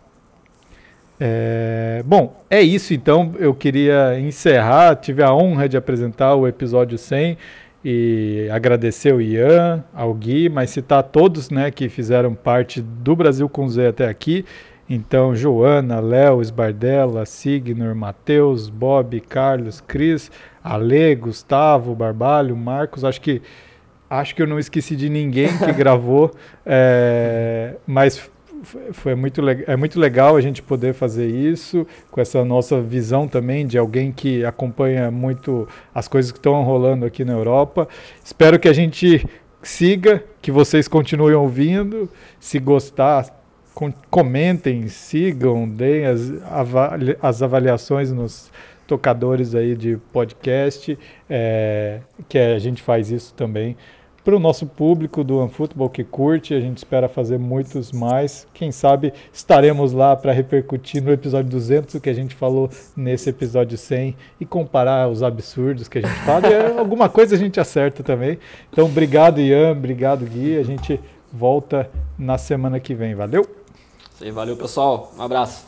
Bom, é isso então, eu queria encerrar, tive a honra de apresentar o episódio 100 e agradecer o Ian, ao Gui, mas citar todos, né, que fizeram parte do Brasil com Z até aqui, então Joana, Léo, Esbardella, Signor, Matheus, Bob, Carlos, Cris, Ale, Gustavo, Barbalho, Marcos, acho que eu não esqueci de ninguém que gravou, mas é muito legal a gente poder fazer isso, com essa nossa visão também de alguém que acompanha muito as coisas que estão rolando aqui na Europa. Espero que a gente siga, que vocês continuem ouvindo. Se gostar, comentem, sigam, deem as avaliações nos tocadores aí de podcast, que a gente faz isso também para o nosso público do OneFootball que curte. A gente espera fazer muitos mais. Quem sabe estaremos lá para repercutir no episódio 200 o que a gente falou nesse episódio 100 e comparar os absurdos que a gente fala. E alguma coisa a gente acerta também. Então, obrigado, Ian. Obrigado, Gui. A gente volta na semana que vem. Valeu? Valeu, pessoal. Um abraço.